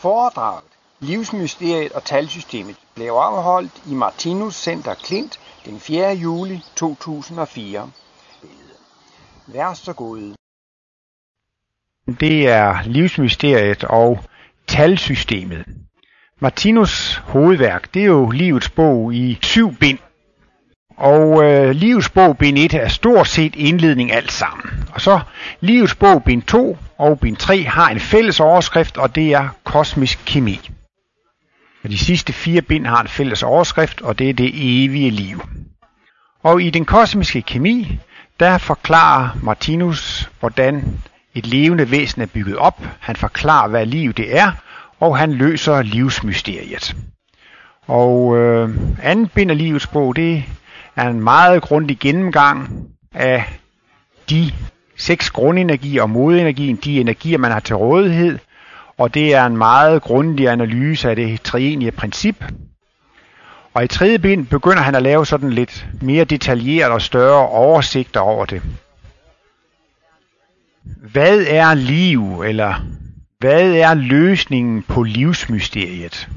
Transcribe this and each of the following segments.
Foredraget Livsmysteriet og talsystemet blev afholdt i Martinus Center Klint den 4. juli 2004. Vær så god. Det er livsmysteriet og talsystemet. Martinus hovedværk, det er jo Livets bog i 7 bind. Og Livets bog bind 1 er stort set indledning alt sammen. Og så Livets bog bind 2 og bind 3 har en fælles overskrift, og det er kosmisk kemi. Og de sidste 4 bind har en fælles overskrift, og det er det evige liv. Og i den kosmiske kemi, der forklarer Martinus, hvordan et levende væsen er bygget op. Han forklarer, hvad liv det er, og han løser livsmysteriet. Og andet bind af Livets bog, det er en meget grundig gennemgang af de 6 grundenergier og modenergien, de energier, man har til rådighed. Og det er en meget grundig analyse af det treenige princip. Og i 3. bind begynder han at lave sådan lidt mere detaljeret og større oversigter over det. Hvad er liv, eller hvad er løsningen på livsmysteriet?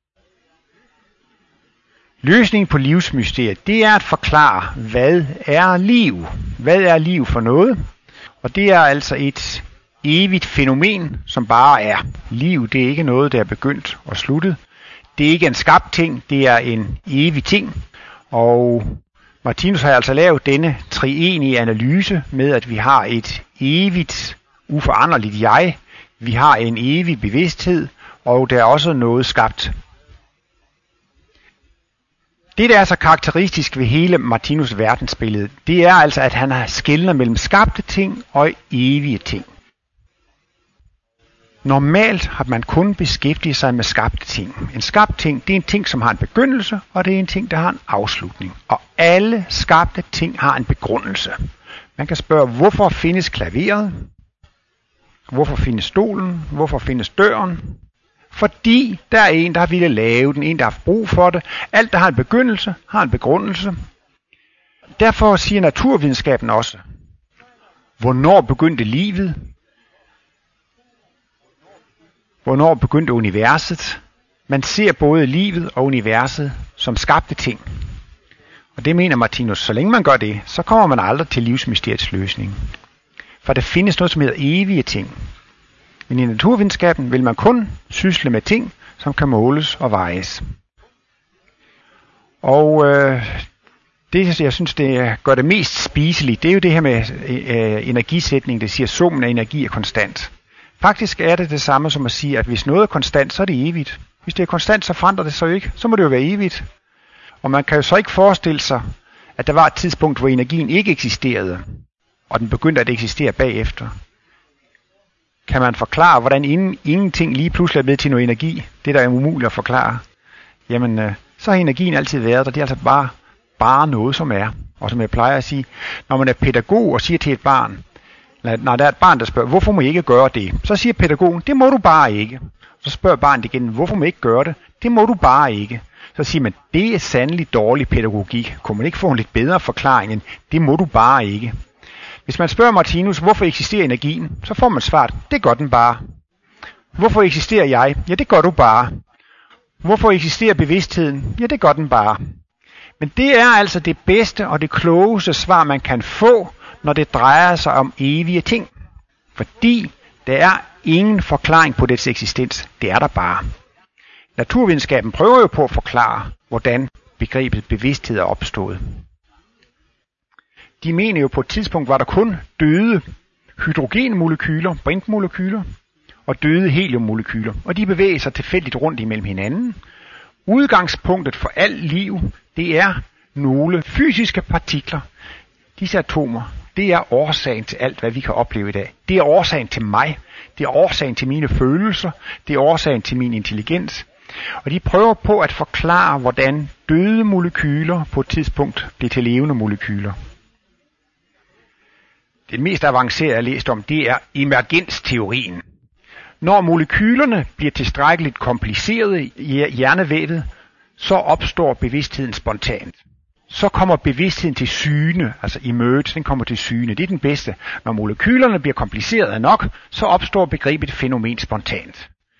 Løsningen på livsmysteriet, det er at forklare, hvad er liv? Hvad er liv for noget? Og det er altså et evigt fænomen, som bare er. Liv, det er ikke noget, der er begyndt og sluttet. Det er ikke en skabt ting, det er en evig ting. Og Martinus har altså lavet denne treenige analyse med, at vi har et evigt, uforanderligt jeg. Vi har en evig bevidsthed, og der er også noget skabt. Det, der er så karakteristisk ved hele Martinus' verdensbillede, det er altså, at han har skelner mellem skabte ting og evige ting. Normalt har man kun beskæftiget sig med skabte ting. En skabt ting, det er en ting, som har en begyndelse, og det er en ting, der har en afslutning. Og alle skabte ting har en begrundelse. Man kan spørge, hvorfor findes klaveret? Hvorfor findes stolen? Hvorfor findes døren? Fordi der er en, der har ville lave den, en, der har haft brug for det. Alt, der har en begyndelse, har en begrundelse. Derfor siger naturvidenskaben også, hvornår begyndte livet? Hvornår begyndte universet? Man ser både livet og universet som skabte ting. Og det mener Martinus, så længe man gør det, så kommer man aldrig til livsmysteriets løsning. For der findes noget, som hedder evige ting. Men i naturvidenskaben vil man kun sysle med ting, som kan måles og vejes. Og det, jeg synes, det gør det mest spiseligt, det er jo det her med energisætning, det siger, summen af energi er konstant. Faktisk er det samme som at sige, at hvis noget er konstant, så er det evigt. Hvis det er konstant, så forandrer det sig ikke. Så må det jo være evigt. Og man kan jo så ikke forestille sig, at der var et tidspunkt, hvor energien ikke eksisterede, og den begyndte at eksistere bagefter. Kan man forklare, hvordan ingenting lige pludselig er blevet til noget energi? Det, der er umuligt at forklare. Jamen, så har energien altid været der. Det er altså bare noget, som er. Og som jeg plejer at sige, når man er pædagog og siger til et barn, når der er et barn, der spørger, hvorfor må I ikke gøre det? Så siger pædagogen, det må du bare ikke. Så spørger barnet igen, hvorfor må I ikke gøre det? Det må du bare ikke. Så siger man, det er sandelig dårlig pædagogik. Kunne man ikke få en lidt bedre forklaring end, det må du bare ikke. Hvis man spørger Martinus, hvorfor eksisterer energien, så får man svaret, det gør den bare. Hvorfor eksisterer jeg? Ja, det gør du bare. Hvorfor eksisterer bevidstheden? Ja, det gør den bare. Men det er altså det bedste og det klogeste svar, man kan få, når det drejer sig om evige ting. Fordi der er ingen forklaring på dets eksistens. Det er der bare. Naturvidenskaben prøver jo på at forklare, hvordan begrebet bevidsthed er opstået. De mener jo på et tidspunkt, var der kun døde hydrogenmolekyler, brintmolekyler, og døde heliummolekyler. Og de bevæger sig tilfældigt rundt imellem hinanden. Udgangspunktet for alt liv, det er nogle fysiske partikler. Disse atomer, det er årsagen til alt, hvad vi kan opleve i dag. Det er årsagen til mig. Det er årsagen til mine følelser. Det er årsagen til min intelligens. Og de prøver på at forklare, hvordan døde molekyler på et tidspunkt bliver til levende molekyler. Det mest avancerede, jeg har læst om, det er emergensteorien. Når molekylerne bliver tilstrækkeligt komplicerede i hjernevævet, så opstår bevidstheden spontant. Så kommer bevidstheden til syne, altså emerge, den kommer til syne. Det er den bedste. Når molekylerne bliver komplicerede nok, så opstår begrebet fænomen spontant.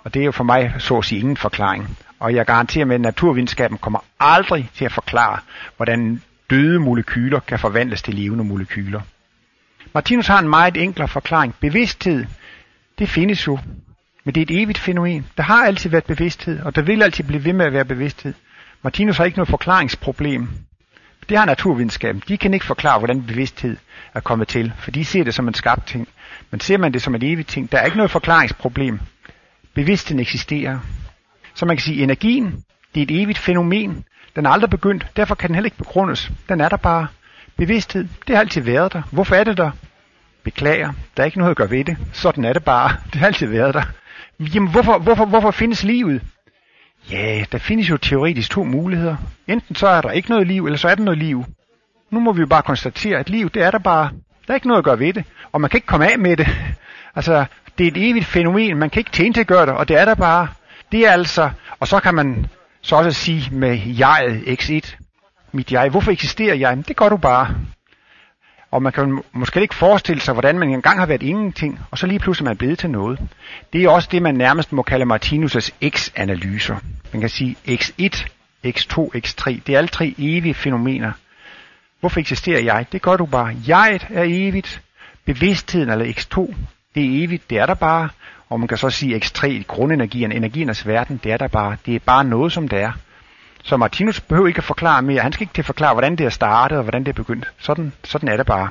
Og det er jo for mig, så at sige, ingen forklaring. Og jeg garanterer med, at naturvidenskaben kommer aldrig til at forklare, hvordan døde molekyler kan forvandles til levende molekyler. Martinus har en meget enklere forklaring. Bevidsthed, det findes jo. Men det er et evigt fænomen. Der har altid været bevidsthed, og der vil altid blive ved med at være bevidsthed. Martinus har ikke noget forklaringsproblem. Det har naturvidenskaben. De kan ikke forklare, hvordan bevidsthed er kommet til, for de ser det som en skabt ting. Men ser man det som en evigt ting, der er ikke noget forklaringsproblem. Bevidstheden eksisterer. Så man kan sige, at energien, det er et evigt fænomen. Den er aldrig begyndt, derfor kan den heller ikke begrundes. Den er der bare. Bevidsthed, det har altid været der. Hvorfor er det der? Beklager, der er ikke noget at gøre ved det. Sådan er det bare. Det har altid været der. Jamen, hvorfor findes livet? Ja, der findes jo teoretisk 2 muligheder. Enten så er der ikke noget liv, eller så er der noget liv. Nu må vi jo bare konstatere, at liv, det er der bare. Der er ikke noget at gøre ved det. Og man kan ikke komme af med det. Altså, det er et evigt fænomen. Man kan ikke tilintetgøre det, og det er der bare. Det er altså, og så kan man så også sige med jeget x1, mit jeg. Hvorfor eksisterer jeg? Det gør du bare. Og man kan måske ikke forestille sig, hvordan man engang har været ingenting, og så lige pludselig man er blevet til noget. Det er også det, man nærmest må kalde Martinus' X-analyser. Man kan sige x1, x2, x3. Det er alle 3 evige fænomener. Hvorfor eksisterer jeg? Det gør du bare. Jeget er evigt. Bevidstheden, eller x2, det er evigt. Det er der bare. Og man kan så sige x3, grundenergien, energiernes verden, det er der bare. Det er bare noget, som det er. Så Martinus behøver ikke at forklare mere. Han skal ikke til at forklare, hvordan det er startet og hvordan det er begyndt. Sådan er det bare.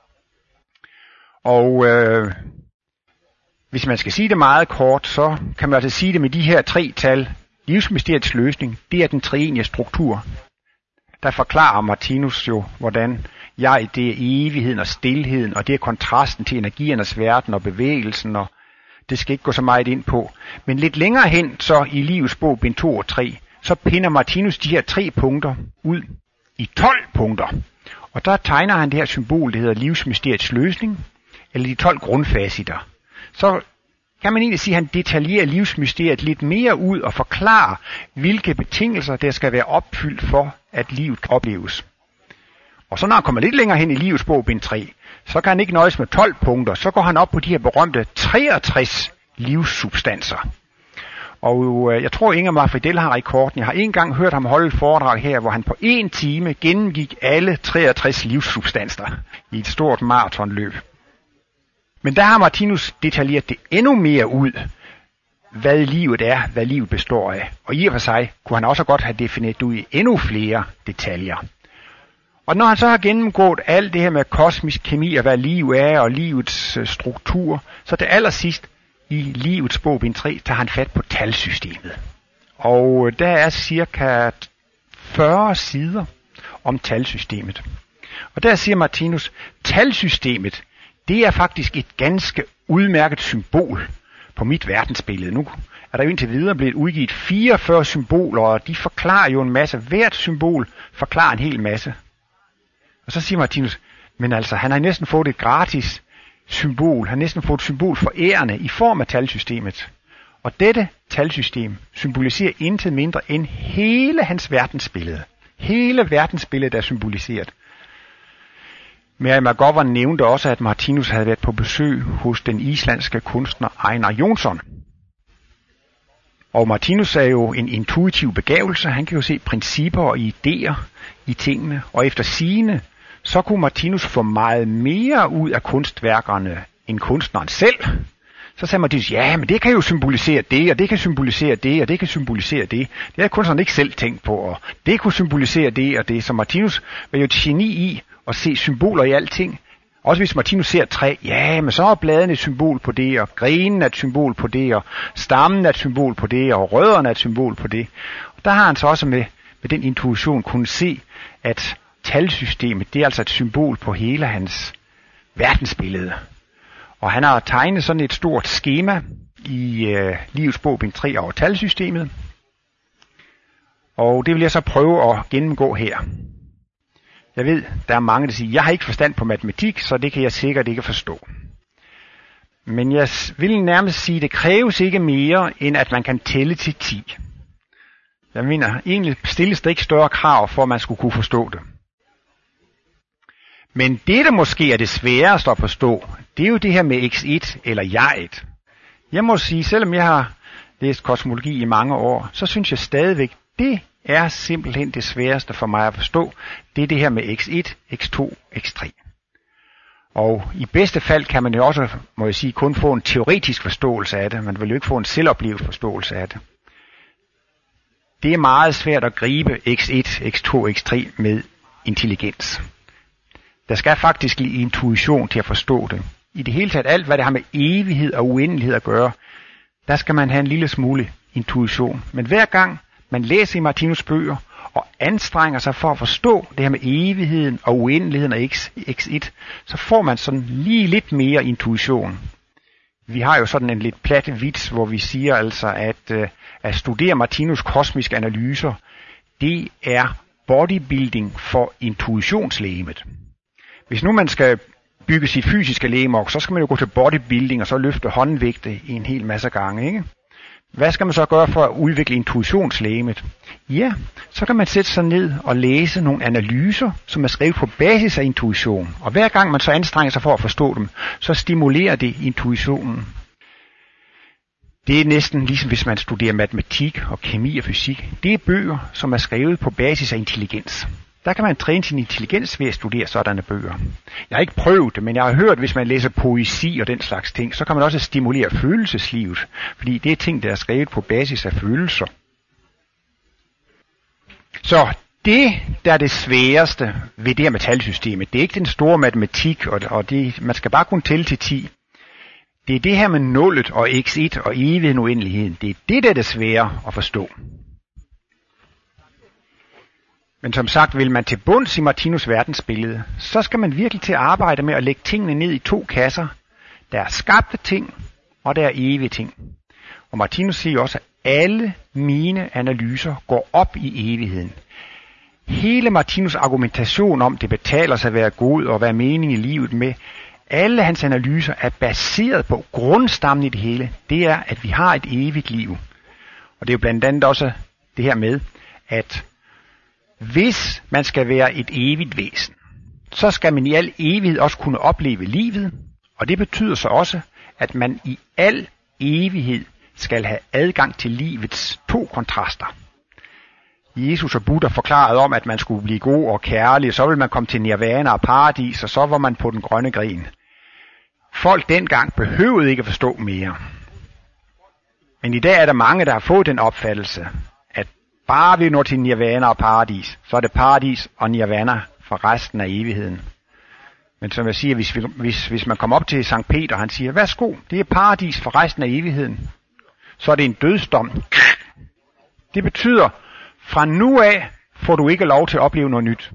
Og hvis man skal sige det meget kort, så kan man altså sige det med de her 3 tal. Livsmysteriets løsning, det er den treenige struktur. Der forklarer Martinus jo, hvordan jeg, det er evigheden og stilheden, og det er kontrasten til energiernes verden og bevægelsen, og det skal ikke gå så meget ind på. Men lidt længere hen, så i Livets bog, bind 2 og 3, så pinder Martinus de her 3 punkter ud i 12 punkter. Og der tegner han det her symbol, det hedder livsmysteriets løsning, eller de 12 grundfaciter. Så kan man egentlig sige, at han detaljerer livsmysteriet lidt mere ud og forklarer, hvilke betingelser der skal være opfyldt for, at livet kan opleves. Og så når han kommer lidt længere hen i Livets bog, bind 3, så kan han ikke nøjes med 12 punkter, så går han op på de her berømte 63 livssubstanser. Og jeg tror, Ingemar Fridell har rekorden. Jeg har engang hørt ham holde et foredrag her, hvor han på 1 time gennemgik alle 63 livssubstanser i et stort maratonløb. Men der har Martinus detaljeret det endnu mere ud, hvad livet er, hvad livet består af. Og i og for sig kunne han også godt have defineret ud i endnu flere detaljer. Og når han så har gennemgået alt det her med kosmisk kemi og hvad liv er og livets struktur, så til allersidst i Livets bog, bind 3, tager han fat på talsystemet. Og der er cirka 40 sider om talsystemet. Og der siger Martinus, talsystemet, det er faktisk et ganske udmærket symbol på mit verdensbillede. Nu er der jo indtil videre blevet udgivet 44 symboler, og de forklarer jo en masse. Hvert symbol forklarer en hel masse. Og så siger Martinus, men altså, han har næsten fået et gratis symbol. Han har næsten fået et symbol for ærende i form af talsystemet. Og dette talsystem symboliserer intet mindre end hele hans verdensbillede. Hele verdensbilledet er symboliseret. Mary McGovern nævnte også, at Martinus havde været på besøg hos den islandske kunstner Einar Jónsson. Og Martinus er jo en intuitiv begavelse. Han kan jo se principper og idéer i tingene. Og efter sigende, så kunne Martinus få meget mere ud af kunstværkerne end kunstneren selv. Så sagde Martinus, ja, men det kan jo symbolisere det, og det kan symbolisere det, og det kan symbolisere det. Det havde kunstneren ikke selv tænkt på, og det kunne symbolisere det og det. Så Martinus var jo et geni i at se symboler i alting. Også hvis Martinus ser et træ, ja, men så er bladene et symbol på det, og grenen er et symbol på det, og stammen er et symbol på det, og rødderne er et symbol på det. Og der har han så også med den intuition kunne se, at talsystemet, det er altså et symbol på hele hans verdensbillede. Og han har tegnet sådan et stort skema i Livets bog, bind 3 over talsystemet. Og det vil jeg så prøve at gennemgå her. Jeg ved, der er mange, der siger, jeg har ikke forstand på matematik, så det kan jeg sikkert ikke forstå. Men jeg vil nærmest sige, det kræves ikke mere, end at man kan tælle til 10. Jeg mener, egentlig stilles der ikke større krav, for at man skulle kunne forstå det. Men det, der måske er det sværeste at forstå, det er jo det her med x1 eller jeget. Jeg må sige, selvom jeg har læst kosmologi i mange år, så synes jeg stadigvæk, det er simpelthen det sværeste for mig at forstå. Det er det her med x1, x2, x3. Og i bedste fald kan man jo også, må jeg sige, kun få en teoretisk forståelse af det. Man vil jo ikke få en selvoplevet forståelse af det. Det er meget svært at gribe x1, x2, x3 med intelligens. Der skal faktisk lige intuition til at forstå det. I det hele taget alt, hvad det har med evighed og uendelighed at gøre, der skal man have en lille smule intuition. Men hver gang man læser i Martinus bøger og anstrenger sig for at forstå det her med evigheden og uendeligheden af x1, så får man sådan lige lidt mere intuition. Vi har jo sådan en lidt plat vits, hvor vi siger altså, at studere Martinus kosmiske analyser, det er bodybuilding for intuitionslegemet. Hvis nu man skal bygge sit fysiske legeme op, så skal man jo gå til bodybuilding og så løfte håndvægte en hel masse gange, ikke? Hvad skal man så gøre for at udvikle intuitionslegemet? Ja, så kan man sætte sig ned og læse nogle analyser, som er skrevet på basis af intuition. Og hver gang man så anstrenger sig for at forstå dem, så stimulerer det intuitionen. Det er næsten ligesom hvis man studerer matematik og kemi og fysik. Det er bøger, som er skrevet på basis af intelligens. Der kan man træne sin intelligens ved at studere sådanne bøger. Jeg har ikke prøvet det, men jeg har hørt, at hvis man læser poesi og den slags ting, så kan man også stimulere følelseslivet, fordi det er ting, der er skrevet på basis af følelser. Så det, der er det sværeste ved det her metalsystemet, det er ikke den store matematik, og det, man skal bare kunne tælle til 10. Det er det her med nullet og x1 og evigheden og uendeligheden. Det er det, der er det svære at forstå. Men som sagt, vil man til bunds i Martinus verdensbillede, så skal man virkelig til at arbejde med at lægge tingene ned i 2 kasser. Der er skabte ting, og der er evige ting. Og Martinus siger også, at alle mine analyser går op i evigheden. Hele Martinus argumentation om, det betaler sig at være god og være mening i livet med, alle hans analyser er baseret på grundstammen i det hele. Det er, at vi har et evigt liv. Og det er jo blandt andet også det her med, at hvis man skal være et evigt væsen, så skal man i al evighed også kunne opleve livet, og det betyder så også, at man i al evighed skal have adgang til livets 2 kontraster. Jesus og Buddha forklarede om, at man skulle blive god og kærlig, og så ville man komme til nirvana og paradis, og så var man på den grønne gren. Folk dengang behøvede ikke at forstå mere. Men i dag er der mange, der har fået den opfattelse, at bare vi når til nirvana og paradis, så er det paradis og nirvana for resten af evigheden. Men som jeg siger, hvis man kommer op til Sankt Peter, og han siger, værsgo, det er paradis for resten af evigheden, så er det en dødsdom. Det betyder, fra nu af får du ikke lov til at opleve noget nyt.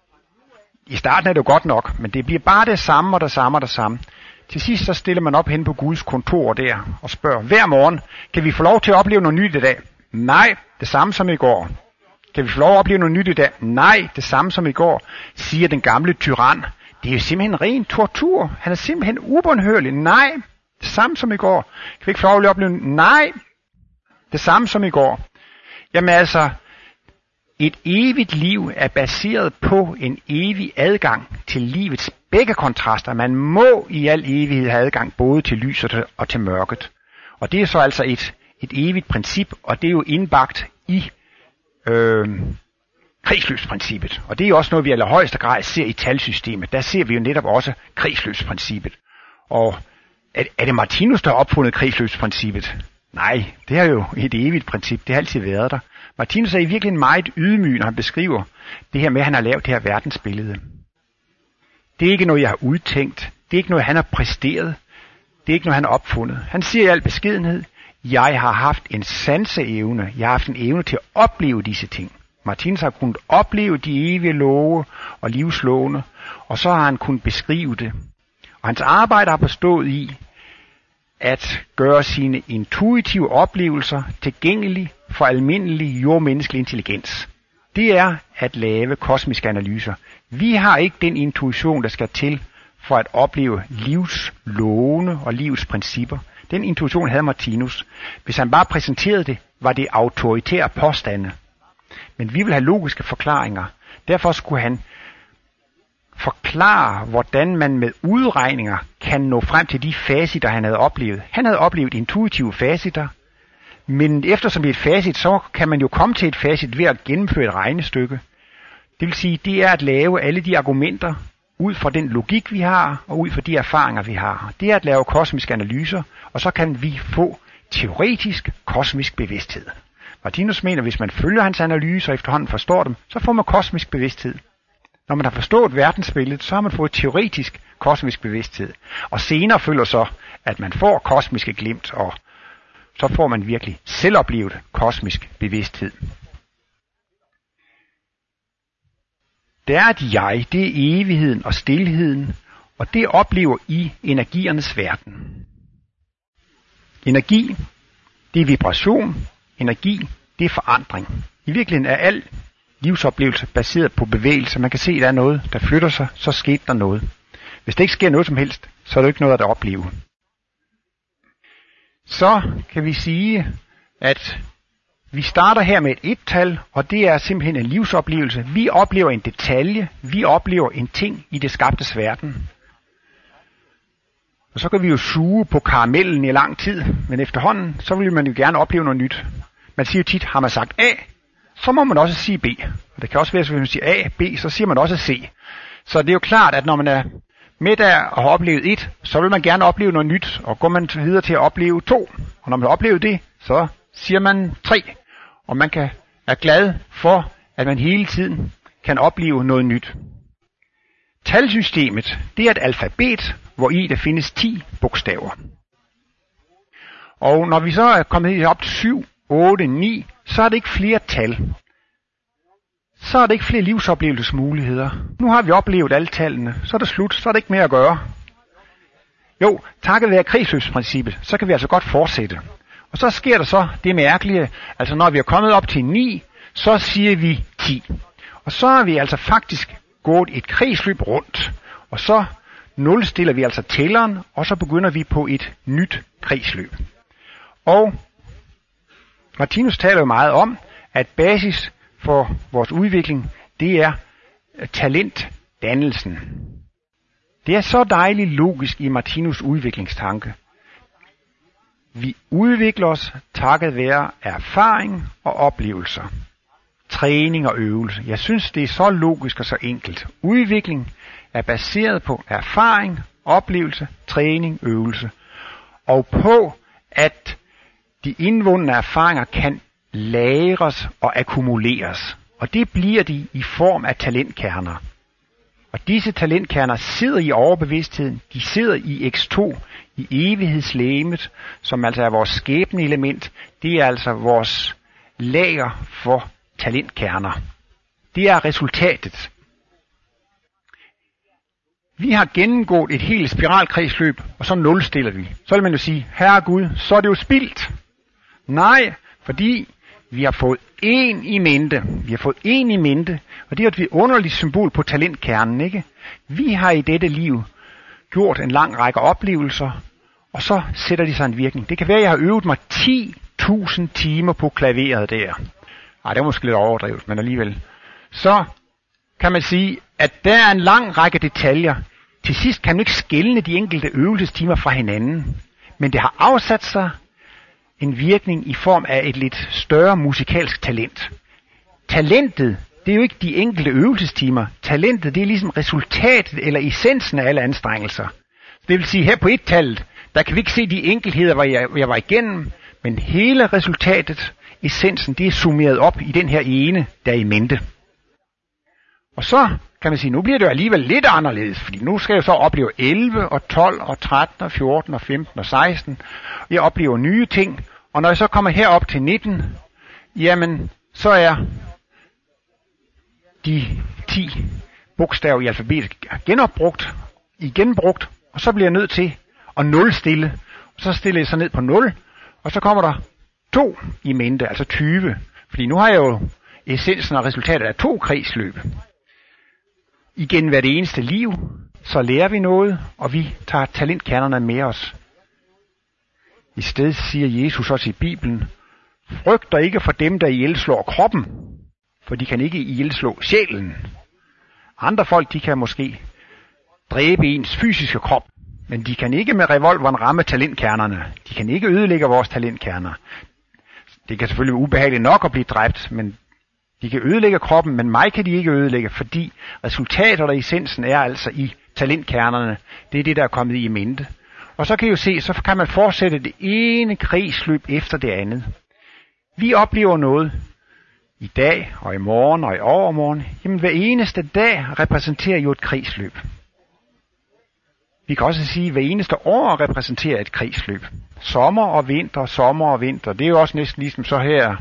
I starten er det jo godt nok, men det bliver bare det samme og det samme og det samme. Til sidst så stiller man op hen på Guds kontor der og spørger, hver morgen, kan vi få lov til at opleve noget nyt i dag? Nej, det samme som i går. Kan vi få lov at opleve noget nyt i dag? Nej, det samme som i går, siger den gamle tyran. Det er jo simpelthen ren tortur. Han er simpelthen ubønhørlig. Nej, det samme som i går. Kan vi ikke få lov at opleve? Nej, det samme som i går. Jamen altså, et evigt liv er baseret på en evig adgang til livets begge kontraster. Man må i al evighed have adgang både til lyset og til mørket. Og det er så altså et evigt princip, og det er jo indbagt i kredsløbsprincippet. Og det er også noget, vi i allerhøjeste grad ser i talsystemet. Der ser vi jo netop også kredsløbsprincippet. Og er det Martinus, der har opfundet kredsløbsprincippet? Nej, det er jo et evigt princip. Det har altid været der. Martinus er i virkeligheden meget ydmyg, når han beskriver det her med, at han har lavet det her verdensbillede. Det er ikke noget, jeg har udtænkt. Det er ikke noget, han har præsteret. Det er ikke noget, han har opfundet. Han siger i al beskedenhed, jeg har haft en sanseevne. Jeg har haft en evne til at opleve disse ting. Martinus har kunnet opleve de evige love og livslåne, og så har han kunnet beskrive det. Og hans arbejde har bestået i at gøre sine intuitive oplevelser tilgængelige for almindelig jordmenneskelig intelligens. Det er at lave kosmiske analyser. Vi har ikke den intuition, der skal til for at opleve livs låne og livs principper. Den intuition havde Martinus. Hvis han bare præsenterede det, var det autoritære påstande. Men vi vil have logiske forklaringer. Derfor skulle han forklare, hvordan man med udregninger kan nå frem til de faceter, han havde oplevet. Han havde oplevet intuitive faceter, Men eftersom det er et facit, så kan man jo komme til et facit ved at gennemføre et regnestykke. Det vil sige, det er at lave alle de argumenter ud fra den logik, vi har, og ud fra de erfaringer, vi har. Det er at lave kosmiske analyser, og så kan vi få teoretisk kosmisk bevidsthed. Martinus mener, at hvis man følger hans analyser og efterhånden forstår dem, så får man kosmisk bevidsthed. Når man har forstået verdensbilledet, så har man fået teoretisk kosmisk bevidsthed. Og senere følger så, at man får kosmiske glimt, og så får man virkelig selvoplevet kosmisk bevidsthed. Der er et jeg, det er evigheden og stilheden, og det oplever i energiernes verden. Energi, det er vibration. Energi, det er forandring. I virkeligheden er al livsoplevelse baseret på bevægelse. Man kan se, at der er noget, der flytter sig, så sker der noget. Hvis der ikke sker noget som helst, så er det ikke noget at opleve. Så kan vi sige, at vi starter her med et et-tal, og det er simpelthen en livsoplevelse. Vi oplever en detalje, vi oplever en ting i det skabtes verden. Og så kan vi jo suge på karamellen i lang tid, men efterhånden, så vil man jo gerne opleve noget nyt. Man siger jo tit, har man sagt A, så må man også sige B. Og det kan også være, at hvis man siger A, B, så siger man også C. Så det er jo klart, at når man er med der og har oplevet 1, så vil man gerne opleve noget nyt, og går man videre til at opleve 2. Og når man har oplevet det, så siger man 3. Og man er glad for, at man hele tiden kan opleve noget nyt. Talsystemet, det er et alfabet, hvor i der findes 10 bogstaver. Og når vi så er kommet op til 7, 8, 9, så er det ikke flere tal. Så er det ikke flere livsoplevelsesmuligheder. Nu har vi oplevet alle tallene, så er det slut, så er det ikke mere at gøre. Jo, takket være kredsløbsprincippet, så kan vi altså godt fortsætte. Og så sker der så det mærkelige, altså når vi er kommet op til 9, så siger vi 10. Og så er vi altså faktisk gået et kredsløb rundt, og så nulstiller vi altså tælleren, og så begynder vi på et nyt kredsløb. Og Martinus taler jo meget om, at basis for vores udvikling, det er talentdannelsen. Det er så dejligt logisk i Martinus udviklingstanke. Vi udvikler os takket være erfaring og oplevelser. Træning og øvelse. Jeg synes, det er så logisk og så enkelt. Udvikling er baseret på erfaring, oplevelse, træning, øvelse. Og på, at de indvundne erfaringer kan lagres og akkumuleres. Og det bliver de i form af talentkerner. Og disse talentkerner sidder i overbevidstheden. De sidder i X2, i evighedslegemet, som altså er vores skæbneelement. Det er altså vores lager for talentkerner. Det er resultatet. Vi har gennemgået et helt spiralkredsløb, og så nulstiller vi. Så vil man jo sige, herre Gud, så er det jo spildt. Nej, fordi vi har fået en i mente. Vi har fået en i mente, og det er et vidunderligt symbol på talentkernen, ikke? Vi har i dette liv gjort en lang række oplevelser, og så sætter de sig en virkning. Det kan være, at jeg har øvet mig 10.000 timer på klaveret der. Ej, det er måske lidt overdrevet, men alligevel. Så kan man sige, at der er en lang række detaljer. Til sidst kan man ikke skelne de enkelte øvelsestimer fra hinanden, men det har afsat sig en virkning i form af et lidt større musikalsk talent. Talentet, det er jo ikke de enkelte øvelsestimer. Talentet, det er ligesom resultatet eller essensen af alle anstrengelser. Det vil sige, her på et-tallet, der kan vi ikke se de enkeltheder, hvor jeg var igennem, men hele resultatet, essensen, det er summeret op i den her ene, der er i mente. Og så kan man sige, nu bliver det jo alligevel lidt anderledes, fordi nu skal jeg så opleve 11 og 12 og 13 og 14 og 15 og 16. Jeg oplever nye ting, og når jeg så kommer herop til 19, jamen så er de 10 bogstaver i alfabetet genbrugt, og så bliver jeg nødt til at nulstille. Og så stiller jeg så ned på 0, og så kommer der 2 i mente, altså 20. Fordi nu har jeg jo essensen og resultatet af 2 kredsløb. Igen hver det eneste liv, så lærer vi noget, og vi tager talentkernerne med os. I stedet siger Jesus også i Bibelen, frygt dig ikke for dem, der ihjelslår kroppen, for de kan ikke ihjelslå sjælen. Andre folk, de kan måske dræbe ens fysiske krop, men de kan ikke med revolveren ramme talentkernerne. De kan ikke ødelægge vores talentkerner. Det kan selvfølgelig være ubehageligt nok at blive dræbt, men de kan ødelægge kroppen, men mig kan de ikke ødelægge, fordi resultatet og essensen er altså i talentkernerne. Det er det, der er kommet i mente. Og så kan I jo se, så kan man fortsætte det ene kredsløb efter det andet. Vi oplever noget i dag, og i morgen, og i overmorgen. Jamen hver eneste dag repræsenterer jo et kredsløb. Vi kan også sige, at hver eneste år repræsenterer et kredsløb. Sommer og vinter, sommer og vinter. Det er jo også næsten ligesom så her.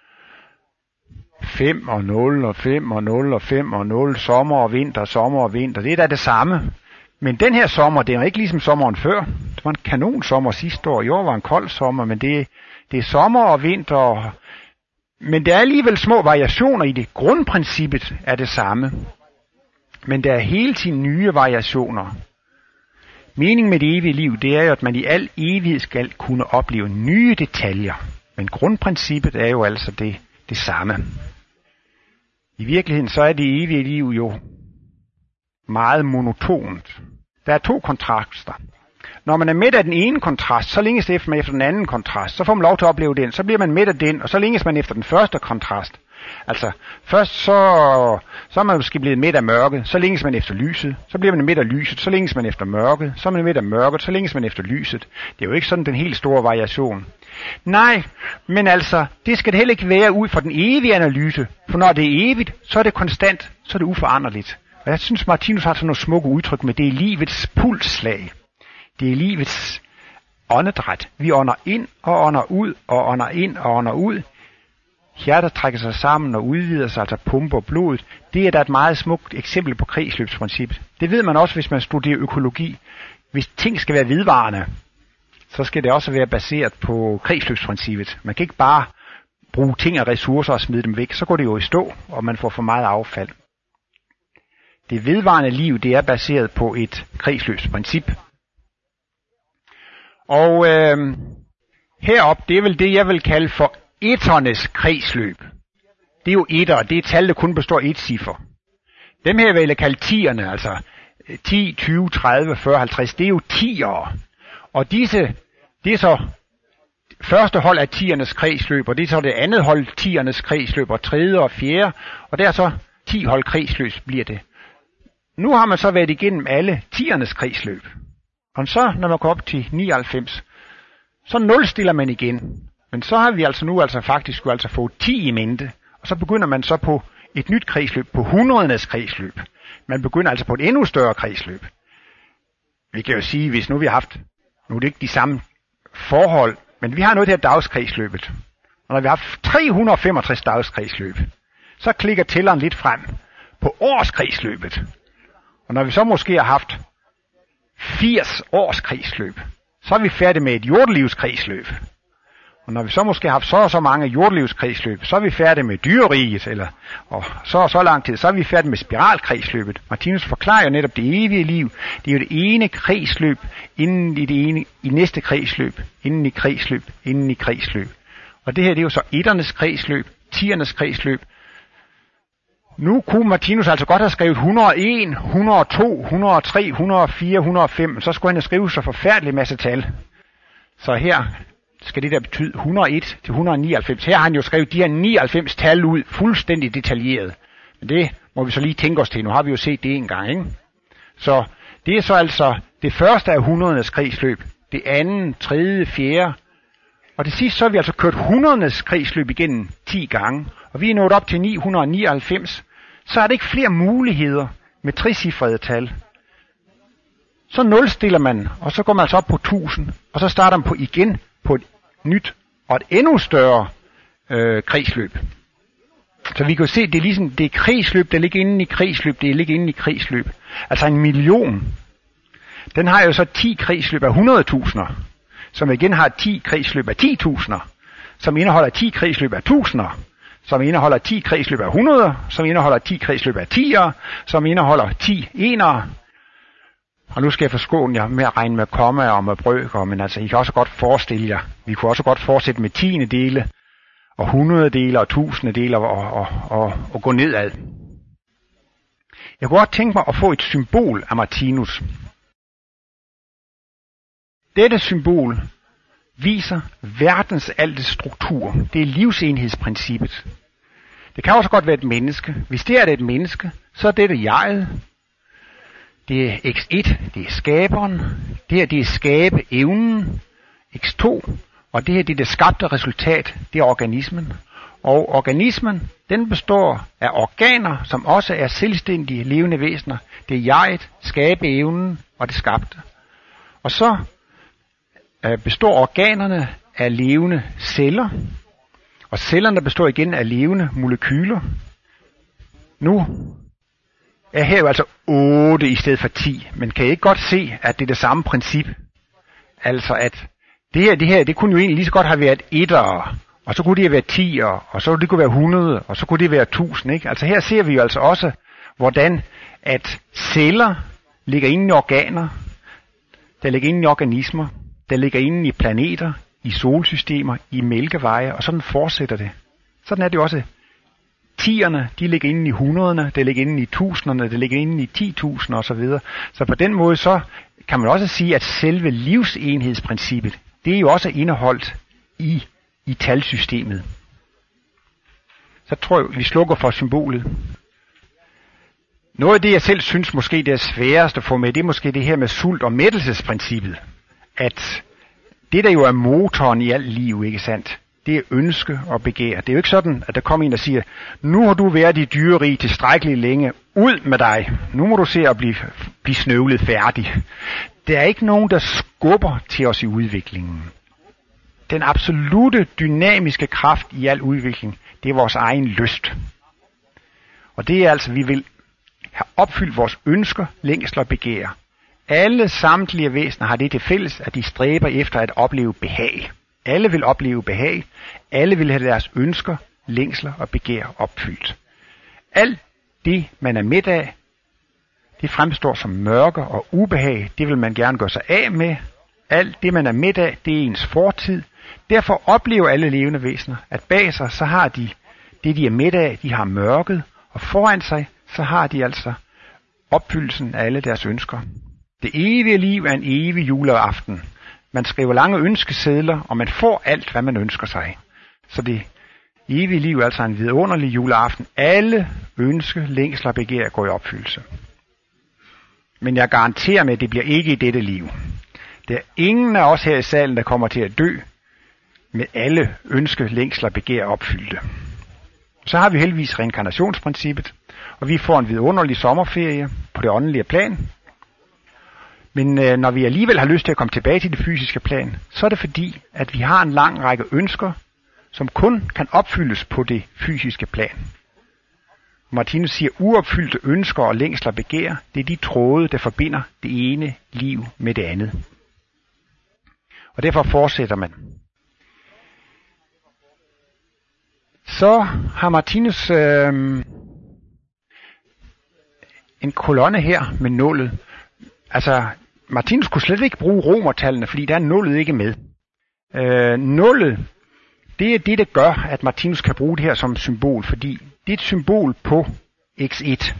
5 og 0 og 5 og 0 og 5 og 0, sommer og vinter, sommer og vinter. Det er da det samme. Men den her sommer, det er ikke ligesom sommeren før. Det var en kanon sommer sidste år. I år var en kold sommer, men det er sommer og vinter. Men der er alligevel små variationer i det. Grundprincippet er det samme. Men der er hele tiden nye variationer. Meningen med det evige liv, det er jo, at man i al evighed skal kunne opleve nye detaljer. Men grundprincippet er jo altså det samme. I virkeligheden så er det evige liv jo meget monotont. Der er 2 kontraster. Når man er midt af den ene kontrast, så længes det efter den anden kontrast. Så får man lov til at opleve den. Så bliver man midt af den, og så længes man efter den første kontrast. Altså, først så er man måske blevet midt af mørket, så længes man efter lyset. Så bliver man midt af lyset, så længes man efter mørket. Så er man midt af mørket, så længes man efter lyset. Det er jo ikke sådan den helt store variation. Nej, men altså, det skal det heller ikke være ud fra den evige analyse. For når det er evigt, så er det konstant, så er det uforanderligt. Og jeg synes, Martinus har sådan nogle smukke udtryk med, det er livets pulsslag. Det er livets åndedræt. Vi ånder ind og ånder ud, og ånder ind og ånder ud. Hjertet trækker sig sammen og udvider sig, altså pumper blodet. Det er da et meget smukt eksempel på kredsløbsprincippet. Det ved man også, hvis man studerer økologi. Hvis ting skal være vedvarende, så skal det også være baseret på kredsløbsprincippet. Man kan ikke bare bruge ting og ressourcer og smide dem væk. Så går det jo i stå, og man får for meget affald. Det vedvarende liv, det er baseret på et kredsløbsprincip. Og herop, det er vel det, jeg vil kalde for etternes kredsløb. Det er jo etter, det er et tal, der kun består af et ciffer. Dem her vil jeg kalde tierne, altså 10, 20, 30, 40, 50, det er jo tiere. Og disse, det er så første hold af tiernes kredsløb, og det er så det andet hold tiernes kredsløb, og tredje og fjerde, og der er så 10 hold kredsløb bliver det. Nu har man så været igennem alle tiernes kredsløb. Og så, når man går op til 99, så nulstiller man igen. Men så har vi altså nu faktisk fået 10 i mente, og så begynder man så på et nyt kredsløb, på 100'ernes kredsløb. Man begynder altså på et endnu større kredsløb. Vi kan jo sige, hvis nu vi har haft, nu er det ikke de samme forhold, men vi har noget her dagskredsløbet. Og når vi har haft 365 dagskredsløb, så klikker tælleren lidt frem på årskredsløbet. Og når vi så måske har haft 80 års kredsløb, så er vi færdige med et jordelivskredsløb. Og når vi så måske har haft så mange jordelivskredsløb, så er vi færdige med dyreriget, og så lang tid, så er vi færdige med spiralkredsløbet. Martinus forklarer jo netop det evige liv. Det er jo det ene kredsløb, inden i det ene, i næste kredsløb, inden i kredsløb, inden i kredsløb. Og det her, det er jo så etternes kredsløb, tiernes kredsløb. Nu kunne Martinus altså godt have skrevet 101, 102, 103, 104, 105, så skulle han have skrevet så forfærdelig masse tal. Så her skal det der betyde 101 til 199. Her har han jo skrevet de her 99 tal ud fuldstændig detaljeret. Men det må vi så lige tænke os til. Nu har vi jo set det en gang, ikke? Så det er så altså det første af 100'ernes kredsløb. Det andet, tredje, fjerde. Og det sidste så har vi altså kørt 100'ernes kredsløb igennem 10 gange. Og vi er nået op til 999. Så er det ikke flere muligheder med trecifrede tal. Så nulstiller man, og så går man altså op på 1000. Og så starter man på igen på et nyt og et endnu større kredsløb. Så vi kan jo se, det er ligesom det er kredsløb, der ligger inde i kredsløb, det ligger inde i kredsløb. Altså 1 million. Den har jo så 10 kredsløb af 100.000'er, som igen har 10 kredsløb af 10.000'er, som indeholder 10 kredsløb af 1000'er, som indeholder 10 kredsløb af 100'er, som indeholder 10 kredsløb af 10'er, som indeholder 10 enere. Og nu skal jeg forskåne jer med at regne med kommaer og med brøker, men altså I kan også godt forestille jer, vi kunne også godt fortsætte med 10. dele, og 100 dele og 1000 dele og gå nedad. Jeg kunne godt tænke mig at få et symbol af Martinus. Dette symbol viser verdens alte struktur. Det er livsenhedsprincippet. Det kan også godt være et menneske. Hvis det er et menneske, så er det jeget. Det er x1, det er skaberen. Det her, det er skabeevnen, x2. Og det her, det er det skabte resultat, det er organismen. Og organismen, den består af organer, som også er selvstændige levende væsener. Det er jeget, skabeevnen og det skabte. Og så består organerne af levende celler. Og cellerne består igen af levende molekyler. Nu er her jo altså 8 i stedet for 10. Men kan I ikke godt se, at det er det samme princip? Altså at det her, det kunne jo egentlig lige så godt have været 1'ere. Og så kunne det være 10'ere, og så kunne det være 100, og så kunne det være 1000, ikke? Altså her ser vi jo altså også, hvordan at celler ligger inde i organer, der ligger inde i organismer, der ligger inde i planeter, i solsystemer, i mælkeveje, og sådan fortsætter det. Sådan er det også. 10'erne, de ligger inde i 100'erne, der ligger inde i 1000'erne, der ligger inde i 10.000 og så videre. Så på den måde så kan man også sige, at selve livsenhedsprincippet, det er jo også indeholdt i talsystemet. Så tror jeg, vi slukker for symbolet. Noget af det, jeg selv synes måske det er sværest at få med, det er måske det her med sult- og mættelsesprincippet. At det, der jo er motoren i alt liv, ikke sandt? Det er ønske og begær. Det er jo ikke sådan, at der kommer en, der siger, nu har du været i dyrerige tilstrækkeligt længe, ud med dig. Nu må du se at blive snøvlet færdig. Der er ikke nogen, der skubber til os i udviklingen. Den absolute dynamiske kraft i al udvikling, det er vores egen lyst. Og det er altså, vi vil have opfyldt vores ønsker, længsler og begær. Alle samtlige væsener har det til fælles, at de stræber efter at opleve behag. Alle vil opleve behag. Alle vil have deres ønsker, længsler og begær opfyldt. Alt det, man er midt af, det fremstår som mørke og ubehag. Det vil man gerne gøre sig af med. Alt det, man er midt af, det er ens fortid. Derfor oplever alle levende væsener, at bag sig, så har de det, de er midt af, de har mørket, og foran sig, så har de altså opfyldelsen af alle deres ønsker. Det evige liv er en evig juleaften. Man skriver lange ønskesedler, og man får alt, hvad man ønsker sig. Så det evige liv er altså en vidunderlig juleaften. Alle ønsker, længsler og begær går i opfyldelse. Men jeg garanterer med, at det bliver ikke i dette liv. Der er ingen af os her i salen, der kommer til at dø med alle ønsker, længsler og begær opfyldte. Så har vi heldigvis reinkarnationsprincippet, og vi får en vidunderlig sommerferie på det åndelige plan. Men når vi alligevel har lyst til at komme tilbage til det fysiske plan, så er det fordi, at vi har en lang række ønsker, som kun kan opfyldes på det fysiske plan. Martinus siger, uopfyldte ønsker og længsler og begær, det er de tråde, der forbinder det ene liv med det andet. Og derfor fortsætter man. Så har Martinus en kolonne her med nullet. Altså, Martinus kunne slet ikke bruge romertallene, fordi der er nullet ikke med. Nullet, det er det, der gør, at Martinus kan bruge det her som symbol, fordi det er et symbol på x1.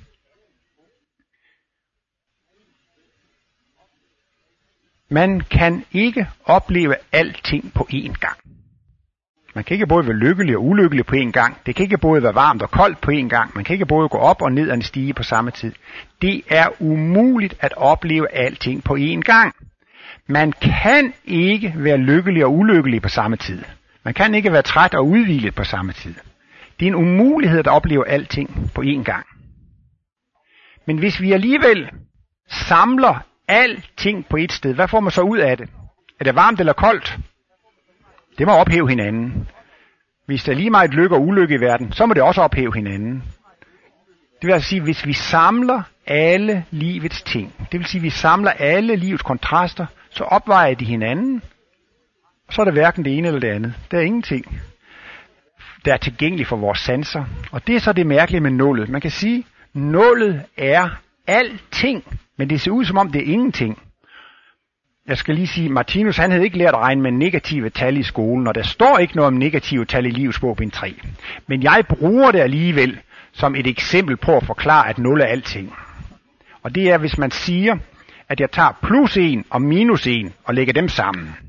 Man kan ikke opleve alting på én gang. Man kan ikke både være lykkelig og ulykkelig på én gang. Det kan ikke både være varmt og koldt på én gang. Man kan ikke både gå op og ned og stige på samme tid. Det er umuligt at opleve alting på én gang. Man kan ikke være lykkelig og ulykkelig på samme tid. Man kan ikke være træt og udhvilet på samme tid. Det er en umulighed at opleve alting på én gang. Men hvis vi alligevel samler alting på et sted, hvad får man så ud af det? Er det varmt eller koldt? Det må ophæve hinanden. Hvis der er lige meget lykke og ulykke i verden, så må det også ophæve hinanden. Det vil altså sige, hvis vi samler alle livets ting, det vil sige, vi samler alle livets kontraster, så opvejer de hinanden, og så er der hverken det ene eller det andet. Der er ingenting, der er tilgængeligt for vores sanser. Og det er så det mærkelige med nullet. Man kan sige, nullet er alting, men det ser ud som om det er ingenting. Jeg skal lige sige, Martinus han havde ikke lært at regne med negative tal i skolen, og der står ikke noget om negative tal i livsbog bind 3. Men jeg bruger det alligevel som et eksempel på at forklare, at 0 er alting. Og det er, hvis man siger, at jeg tager plus 1 og minus 1 og lægger dem sammen.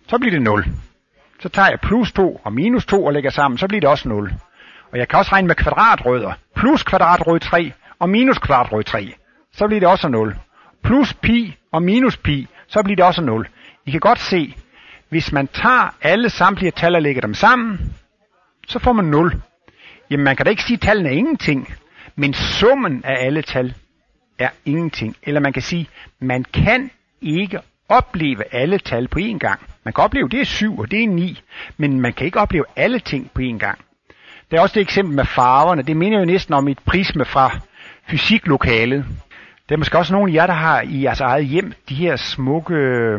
så bliver det 0. Så tager jeg plus 2 og minus 2 og lægger sammen, så bliver det også 0. Og jeg kan også regne med kvadratrødder. Plus kvadratrød 3 og minus kvadratrød 3, så bliver det også 0. Plus pi og minus pi, så bliver det også 0. I kan godt se, hvis man tager alle samtlige tal og lægger dem sammen, så får man 0. Jamen man kan da ikke sige, at tallene er ingenting, men summen af alle tal er ingenting. Eller man kan sige, at man kan ikke opleve alle tal på én gang. Man kan opleve, det er 7 og det er 9, men man kan ikke opleve alle ting på én gang. Der er også det eksempel med farverne. Det minder jo næsten om et prisme fra fysiklokalet. Der er måske også nogle af jer, der har i jeres eget hjem de her smukke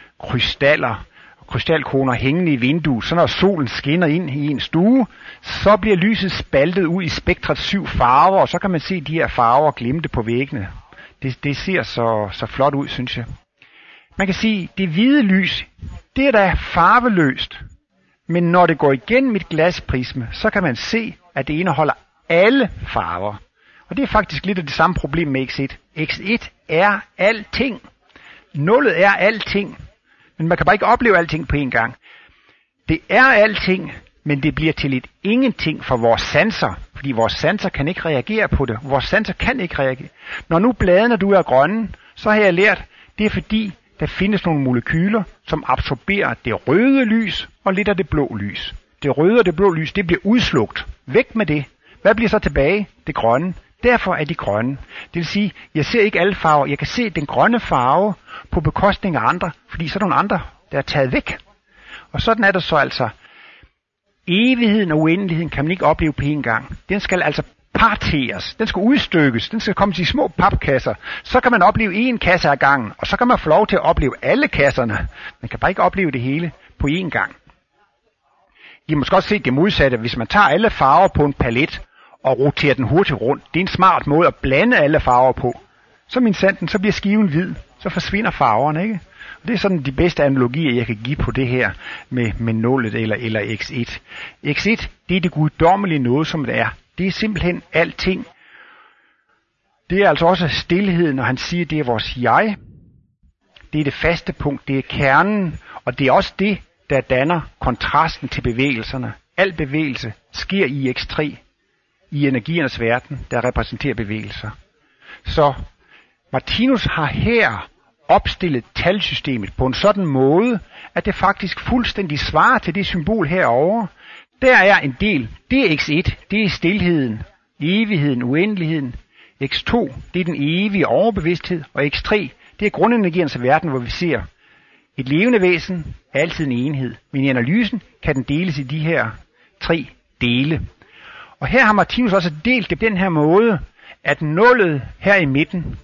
krystalkroner hængende i vinduet. Så når solen skinner ind i en stue, så bliver lyset spaltet ud i spektrets 7 farver, og så kan man se de her farver glimte på væggene. Det ser så flot ud, synes jeg. Man kan sige, at det hvide lys, det er da farveløst. Men når det går igennem et glasprisme, så kan man se, at det indeholder alle farver. Og det er faktisk lidt af det samme problem med X1. X1 er alting. Nullet er alting. Men man kan bare ikke opleve alting på én gang. Det er alting, men det bliver til et ingenting for vores sanser. Fordi vores sanser kan ikke reagere på det. Vores sanser kan ikke reagere. Når nu bladene du er grønne, så har jeg lært, det er fordi, der findes nogle molekyler, som absorberer det røde lys og lidt af det blå lys. Det røde og det blå lys, det bliver udslugt. Væk med det. Hvad bliver så tilbage? Det grønne. Derfor er de grønne. Det vil sige, jeg ser ikke alle farver. Jeg kan se den grønne farve på bekostning af andre, fordi så er der nogle andre, der er taget væk. Og sådan er det så altså. Evigheden og uendeligheden kan man ikke opleve på én gang. Den skal altså parteres. Den skal udstykkes. Den skal komme til små papkasser. Så kan man opleve en kasse ad gangen, og så kan man få lov til at opleve alle kasserne. Man kan bare ikke opleve det hele på én gang. I har måske også set det modsatte. Hvis man tager alle farver på en palet og roterer den hurtigt rundt, det er en smart måde at blande alle farver på. Så minsandten, så bliver skiven hvid. Så forsvinder farverne, ikke? Og det er sådan de bedste analogier, jeg kan give på det her med nullet eller X1. X1, det er det guddommelige noget, som det er. Det er simpelthen alting. Det er altså også stilheden, når han siger, det er vores jeg. Det er det faste punkt, det er kernen, og det er også det, der danner kontrasten til bevægelserne. Al bevægelse sker i X3, i energiernes verden, der repræsenterer bevægelser. Så Martinus har her opstillet talsystemet på en sådan måde, at det faktisk fuldstændig svarer til det symbol herovre. Der er en del, det er X1, det er stilheden, evigheden, uendeligheden. X2, det er den evige overbevidsthed, og X3, det er grundenergiernes verden, hvor vi ser et levende væsen er altid en enhed, men i analysen kan den deles i de her 3 dele. Og her har Martinus også delt det på den her måde, at nullet her i midten,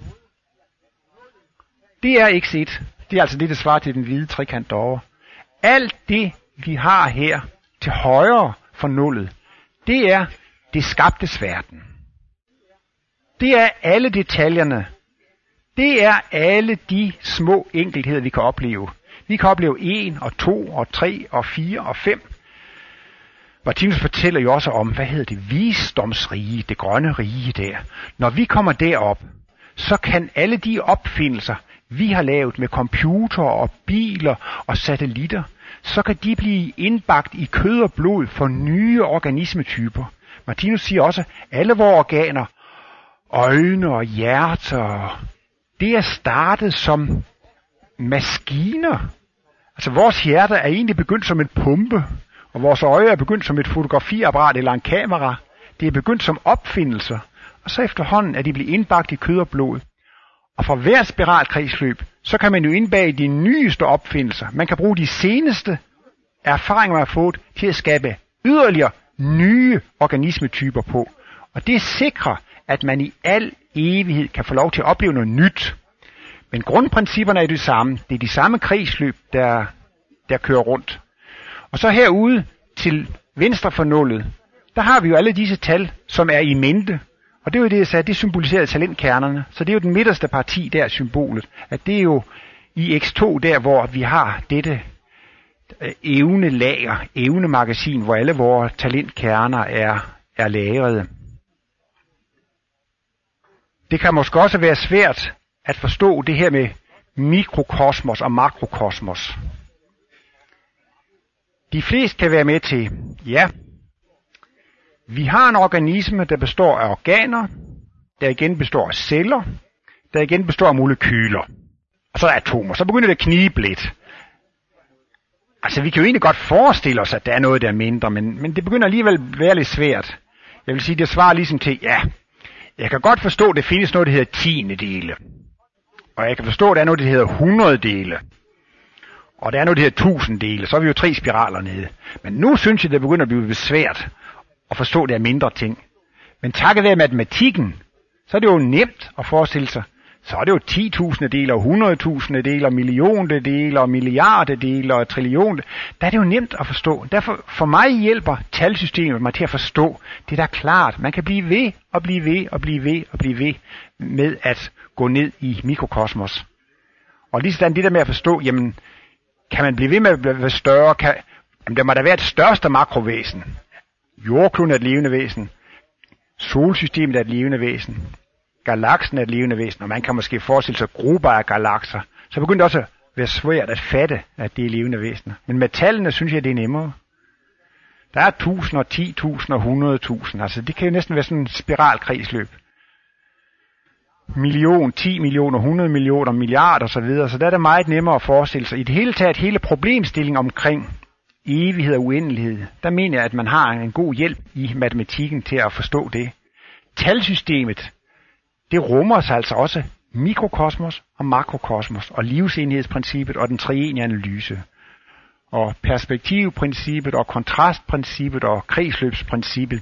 det er X1. Det er altså det, der svarer til den hvide trekant derovre. Alt det, vi har her til højre for nullet, det er det skabtes verden. Det er alle detaljerne. Det er alle de små enkeltheder, vi kan opleve. Vi kan opleve 1 og 2 og 3 og 4 og 5. Martinus fortæller jo også om, visdomsrige, det grønne rige der. Når vi kommer derop, så kan alle de opfindelser, vi har lavet med computer og biler og satellitter, så kan de blive indbagt i kød og blod for nye organismetyper. Martinus siger også, at alle vores organer, øjne og hjerter, det er startet som maskiner. Altså vores hjerte er egentlig begyndt som en pumpe, og vores øje er begyndt som et fotografiapparat eller en kamera. Det er begyndt som opfindelser, og så efterhånden er de blevet indbagt i kød og blod. Og for hver spiralkredsløb, så kan man jo indbage de nyeste opfindelser. Man kan bruge de seneste erfaringer, man har fået, til at skabe yderligere nye organismetyper på. Og det sikrer, at man i al evighed kan få lov til at opleve noget nyt. Men grundprincipperne er det samme. Det er de samme kredsløb, der kører rundt. Og så herude til venstre for nullet, der har vi jo alle disse tal, som er i mente. Og det er jo det, jeg sagde, det symboliserer talentkernerne. Så det er jo den midterste parti der, symbolet. At det er jo i X2 der, hvor vi har dette evnelager, evnemagasin, hvor alle vores talentkerner er lagrede. Det kan måske også være svært at forstå det her med mikrokosmos og makrokosmos. de fleste kan være med til, ja, vi har en organisme, der består af organer, der igen består af celler, der igen består af molekyler, og så er atomer. Så begynder det at knibe lidt. Altså, vi kan jo egentlig godt forestille os, at der er noget, der er mindre, men det begynder alligevel at være lidt svært. Jeg vil sige, det svarer ligesom til, ja, jeg kan godt forstå, at det findes noget, der hedder tiendedele. Og jeg kan forstå, at der er noget, der hedder 100 dele. Og der er noget, der hedder 1000 dele. Så er vi jo 3 spiraler nede. Men nu synes jeg, det begynder at blive svært at forstå, at der er mindre ting. Men takket være matematikken, så er det jo nemt at forestille sig. Så er det jo 10.000 dele, og 100.000 dele, og millioner dele, og milliarder dele, og trillioner. Der er det jo nemt at forstå. Derfor for mig hjælper talsystemet mig til at forstå. Det er da klart. Man kan blive ved, og blive ved, og blive ved, og blive ved med at gå ned i mikrokosmos. Og lige sådan det der med at forstå, jamen, kan man blive ved med at være større? Jamen, der må da være et største makrovæsen. Jordkloden er et levende væsen. Solsystemet er et levende væsen. Galaksen er et levende væsen, og man kan måske forestille sig grupper af galakser. Så begynder det også at være svært at fatte, at det er levende væsener. Men med tallene synes jeg, det er nemmere. Der er 1000 og 10.000 og 100.000. Altså, det kan jo næsten være sådan en spiralkredsløb. Million, 10 millioner, 100 millioner, milliarder osv. Så der er det meget nemmere at forestille sig. I det hele taget, hele problemstillingen omkring evighed og uendelighed, der mener jeg, at man har en god hjælp i matematikken til at forstå det. Talsystemet, det rummer sig altså også mikrokosmos og makrokosmos, og livsenhedsprincippet og den treenige analyse. Og perspektivprincippet og kontrastprincippet og kredsløbsprincippet.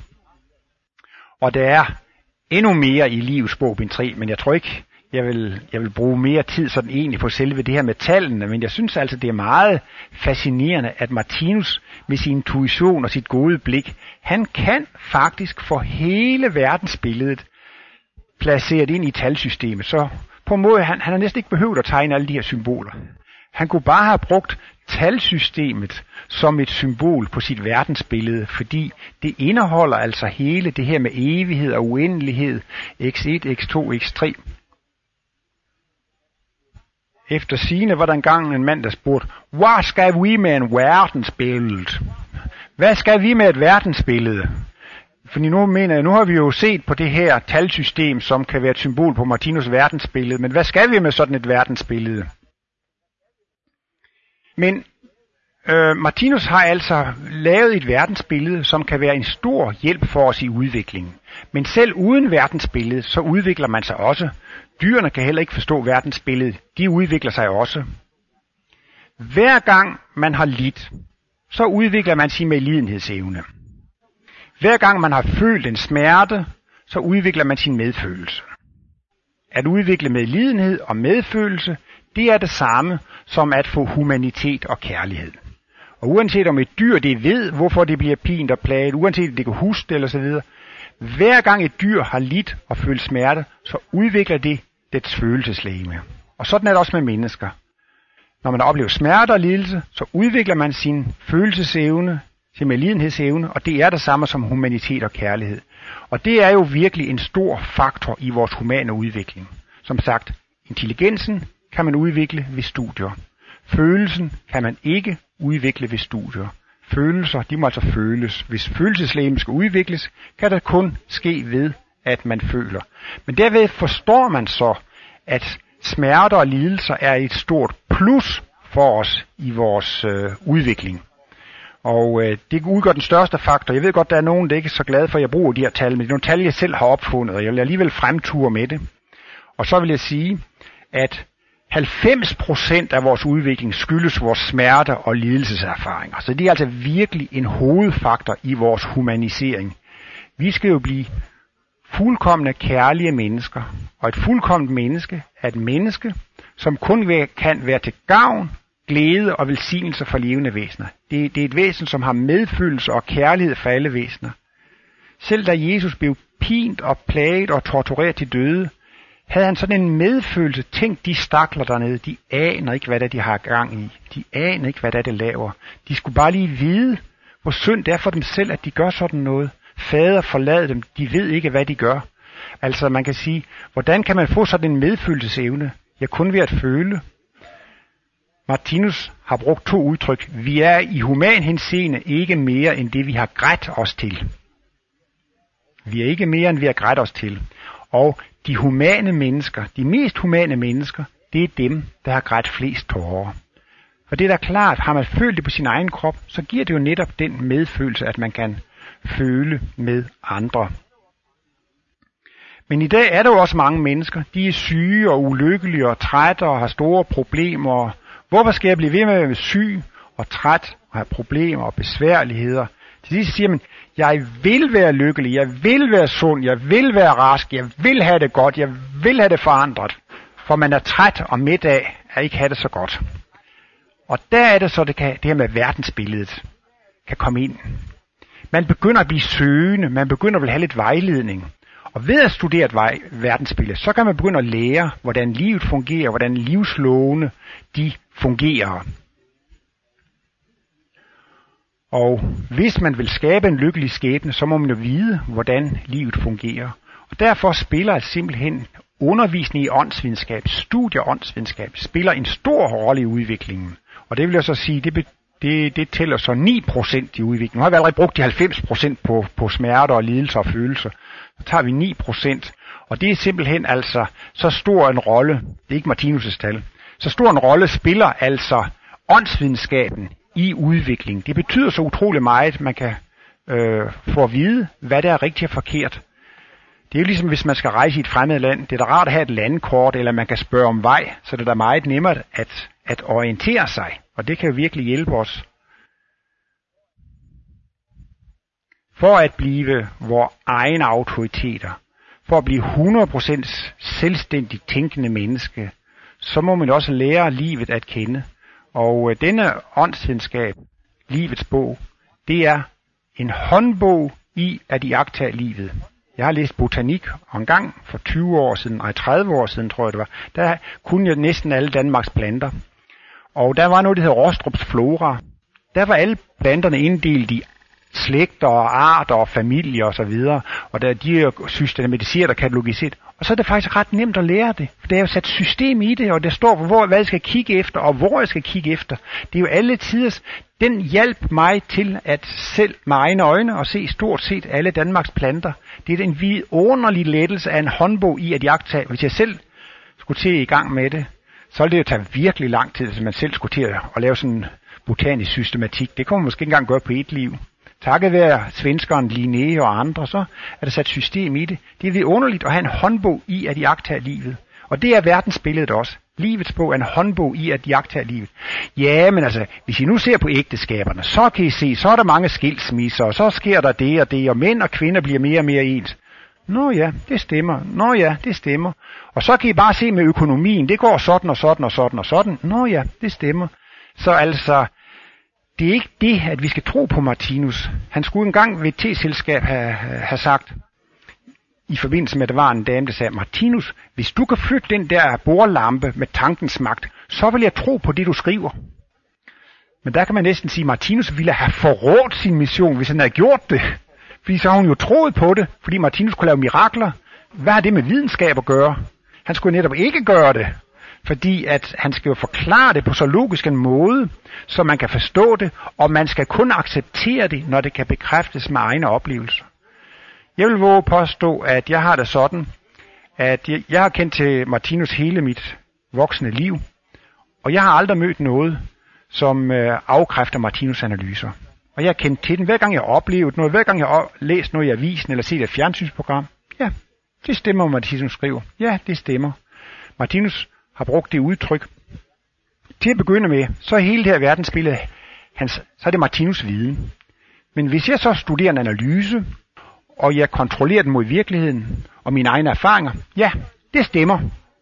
Og der er endnu mere i livets bog, bind 3, men jeg tror ikke, jeg vil bruge mere tid sådan egentlig på selve det her med tallene, men jeg synes altså, det er meget fascinerende, at Martinus med sin intuition og sit gode blik, han kan faktisk få hele verdensbilledet placeret ind i talsystemet. Så på en måde, han har næsten ikke behøvet at tegne alle de her symboler. Han kunne bare have brugt talsystemet som et symbol på sit verdensbillede, fordi det indeholder altså hele det her med evighed og uendelighed, x1, x2, x3. Efter sigende var der engang en mand, der spurgte, hvad skal vi med en verdensbillede? Hvad skal vi med et verdensbillede? Fordi nu har vi jo set på det her talsystem, som kan være et symbol på Martinus verdensbillede, men hvad skal vi med sådan et verdensbillede? Men Martinus har altså lavet et verdensbillede, som kan være en stor hjælp for os i udviklingen. Men selv uden verdensbillede, så udvikler man sig også. Dyrene kan heller ikke forstå verdensbilledet. De udvikler sig også. Hver gang man har lidt, så udvikler man sin medlidenhedsevne. Hver gang man har følt en smerte, så udvikler man sin medfølelse. At udvikle medlidenhed og medfølelse, det er det samme som at få humanitet og kærlighed. Og uanset om et dyr det ved, hvorfor det bliver pint og plaget, uanset om det kan huske det eller så videre, hver gang et dyr har lidt og følt smerte, så udvikler det dets følelseslegeme. Og sådan er det også med mennesker. Når man oplever smerte og lidelse, så udvikler man sin følelsesevne, sin medlidenhedsevne, og det er det samme som humanitet og kærlighed. Og det er jo virkelig en stor faktor i vores humane udvikling. Som sagt, intelligensen kan man udvikle ved studier. Følelsen kan man ikke udvikle ved studier. Følelser, de må altså føles. Hvis følelseslegeme skal udvikles, kan det kun ske ved, at man føler. Men derved forstår man så, at smerter og lidelser er et stort plus for os i vores udvikling. Og det udgør den største faktor. Jeg ved godt, der er nogen, der ikke er så glade for, at jeg bruger de her tal, men det er nogle tal, jeg selv har opfundet, og jeg vil alligevel fremture med det. Og så vil jeg sige, at 90% af vores udvikling skyldes vores smerter og lidelseserfaringer. Så det er altså virkelig en hovedfaktor i vores humanisering. Vi skal jo blive fuldkomne kærlige mennesker. Og et fuldkomment menneske er et menneske, som kun kan være til gavn, glæde og velsignelse for levende væsener. Det er et væsen, som har medfølelse og kærlighed for alle væsener. Selv da Jesus blev pint og plaget og tortureret til døde, havde han sådan en medfølelse. Tænk, de stakler dernede, de aner ikke, hvad det er, de har gang i. De aner ikke, hvad det er, de laver. De skulle bare lige vide, hvor synd det er for dem selv, at de gør sådan noget. Fader forlad dem, de ved ikke, hvad de gør. Altså man kan sige, hvordan kan man få sådan en medfølelsesevne? Ja, kun ved at føle. Martinus har brugt 2 udtryk. Vi er i human henseende ikke mere end det, vi har grædt os til. Vi er ikke mere end vi har grædt os til. Og de humane mennesker, de mest humane mennesker, det er dem, der har grædt flest tårer. Og det er da klart, har man følt det på sin egen krop, så giver det jo netop den medfølelse, at man kan føle med andre. Men i dag er der jo også mange mennesker, de er syge og ulykkelige og trætte og har store problemer. Hvorfor skal jeg blive ved med at være syg og træt og have problemer og besværligheder? Til sidst siger man, jeg vil være lykkelig, jeg vil være sund, jeg vil være rask, jeg vil have det godt, jeg vil have det forandret. For man er træt og midt af at ikke have det så godt. Og der er det så, det her med verdensbilledet kan komme ind. Man begynder at blive søgende, man begynder at have lidt vejledning. Og ved at studere et verdensbillede, så kan man begynde at lære, hvordan livet fungerer, hvordan livslovene de fungerer. Og hvis man vil skabe en lykkelig skæbne, så må man jo vide, hvordan livet fungerer. Og derfor spiller simpelthen undervisning i åndsvidenskab, studie af åndsvidenskab, spiller en stor rolle i udviklingen. Og det vil jeg så sige, det tæller så 9% i udviklingen. Nu har vi allerede brugt de 90% på smerter og lidelser og følelser. Så tager vi 9%. Og det er simpelthen altså så stor en rolle, det er ikke Martinus' tal, så stor en rolle spiller altså åndsvidenskaben i udviklingen. Det betyder så utrolig meget, at man kan få at vide, hvad der er rigtigt og forkert. Det er jo ligesom, hvis man skal rejse i et fremmed land. Det er da rart at have et landkort, eller man kan spørge om vej, så det er da meget nemmere at orientere sig. Og det kan jo virkelig hjælpe os. For at blive vores egne autoriteter, for at blive 100% selvstændigt tænkende menneske, så må man også lære livet at kende. Og denne åndsvidenskab, livets bog, det er en håndbog i at iagttage livet. Jeg har læst botanik, og en gang for 30 år siden, tror jeg det var, der kunne jeg næsten alle Danmarks planter. Og der var noget, der hed Rostrups Flora. Der var alle planterne inddelt i slægter og arter og familier og så videre, og der de er systematiseret og katalogiseret. Og så er det faktisk ret nemt at lære det, for der er jo sat system i det, og der står, hvad jeg skal kigge efter, og hvor jeg skal kigge efter. Det er jo alle tiders. Den hjalp mig til at selv med egne øjne at se stort set alle Danmarks planter. Det er en vidunderlig lettelse af en håndbog i at iagttage. Hvis jeg selv skulle til i gang med det, så ville det jo tage virkelig lang tid, hvis man selv skulle til at lave sådan en botanisk systematik. Det kunne man måske ikke engang gøre på et liv. Takket være svenskeren Linné og andre, så er der sat system i det. Det er vidunderligt at have en håndbog i at iagttage livet. Og det er verdensbilledet også. Livets bog er en håndbog i at iagttage livet. Ja, men altså, hvis I nu ser på ægteskaberne, så kan I se, så er der mange skilsmisser, og så sker der det og det, og mænd og kvinder bliver mere og mere ens. Nå ja, det stemmer. Nå ja, det stemmer. Og så kan I bare se med økonomien, det går sådan og sådan og sådan og sådan. Nå ja, det stemmer. Så altså, det er ikke det, at vi skal tro på Martinus. Han skulle engang ved et teselskab have sagt, i forbindelse med, at der var en dame, der sagde, Martinus, hvis du kan flytte den der bordlampe med tankens magt, så vil jeg tro på det, du skriver. Men der kan man næsten sige, at Martinus ville have forrådt sin mission, hvis han havde gjort det. Fordi så har hun jo troet på det, fordi Martinus kunne lave mirakler. Hvad har det med videnskab at gøre? Han skulle netop ikke gøre det, fordi at han skal jo forklare det på så logisk en måde, så man kan forstå det, og man skal kun acceptere det, når det kan bekræftes med egne oplevelser. Jeg vil våge påstå, at jeg har det sådan, at jeg har kendt til Martinus hele mit voksne liv, og jeg har aldrig mødt noget, som afkræfter Martinus' analyser. Og jeg har kendt til den, hver gang jeg har oplevet noget, hver gang jeg har læst noget i avisen eller set et fjernsynsprogram. Ja, det stemmer, Martinus skriver. Ja, det stemmer. Martinus har brugt det udtryk. Til at begynde med, så er hele det her verdensbillede, så er det Martinus' viden. Men hvis jeg så studerer en analyse, og jeg kontrollerer den mod virkeligheden og mine egne erfaringer, ja, det stemmer.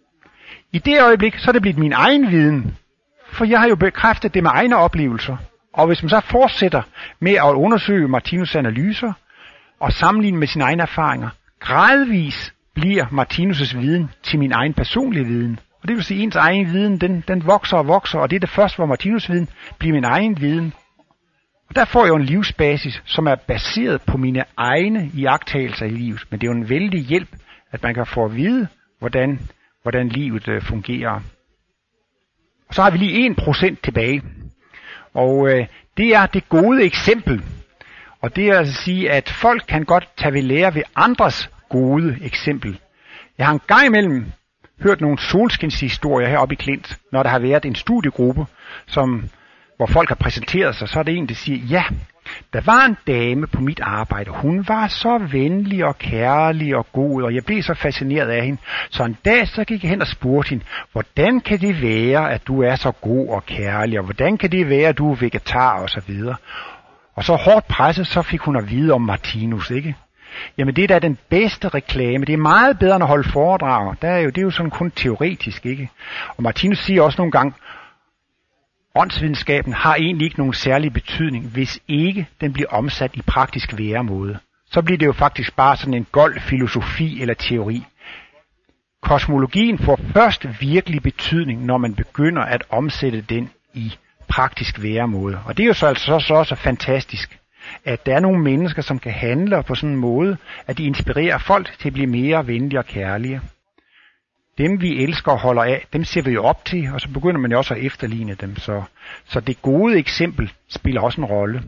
I det øjeblik, så er det blevet min egen viden, for jeg har jo bekræftet det med egne oplevelser. Og hvis man så fortsætter med at undersøge Martinus' analyser og sammenligne med sine egne erfaringer, gradvis bliver Martinus' viden til min egen personlige viden. Og det vil sige, at ens egen viden, den vokser og vokser, og det er det første, hvor Martinus' viden bliver min egen viden. Og der får jeg jo en livsbasis, som er baseret på mine egne iagttagelser i livet. Men det er jo en vældig hjælp, at man kan få at vide, hvordan livet fungerer. Og så har vi lige 1% tilbage. Og det er det gode eksempel. Og det er altså at sige, at folk kan godt tage ved lære ved andres gode eksempel. Jeg har en gang imellem hørt nogle solskinshistorier heroppe i Klint, når der har været en studiegruppe, hvor folk har præsenteret sig, så er det en, der siger, ja, der var en dame på mit arbejde, hun var så venlig og kærlig og god, og jeg blev så fascineret af hende. Så en dag så gik jeg hen og spurgte hende, hvordan kan det være, at du er så god og kærlig, og hvordan kan det være, at du er vegetar og så videre. Og så hårdt presset, så fik hun at vide om Martinus, ikke? Jamen det er da den bedste reklame. Det er meget bedre end at holde foredrag. Det er jo sådan kun teoretisk, ikke? Og Martinus siger også nogle gange, åndsvidenskaben har egentlig ikke nogen særlig betydning, hvis ikke den bliver omsat i praktisk væremåde. Så bliver det jo faktisk bare sådan en gold filosofi eller teori. Kosmologien får først virkelig betydning, når man begynder at omsætte den i praktisk væremåde. Og det er jo så altså også fantastisk, at der er nogle mennesker, som kan handle på sådan en måde, at de inspirerer folk til at blive mere venlige og kærlige. Dem vi elsker og holder af, dem ser vi jo op til, og så begynder man jo også at efterligne dem. Så det gode eksempel spiller også en rolle.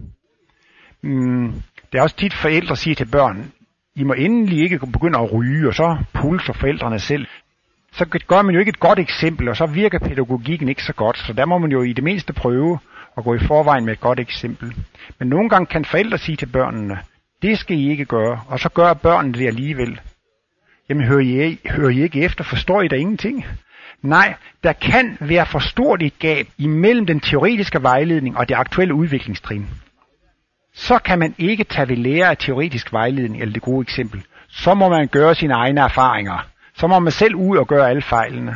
Det er også tit forældre siger til børn, I må endelig ikke begynde at ryge, og så pulser forældrene selv. Så gør man jo ikke et godt eksempel, og så virker pædagogikken ikke så godt. Så der må man jo i det mindste prøve at gå i forvejen med et godt eksempel. Men nogle gange kan forældre sige til børnene, det skal I ikke gøre, og så gør børnene det alligevel. Jamen hører I ikke efter, forstår I da ingenting? Nej, der kan være for stort et gab imellem den teoretiske vejledning og det aktuelle udviklingstrin. Så kan man ikke tage ved lære af teoretisk vejledning eller det gode eksempel. Så må man gøre sine egne erfaringer. Så må man selv ud og gøre alle fejlene.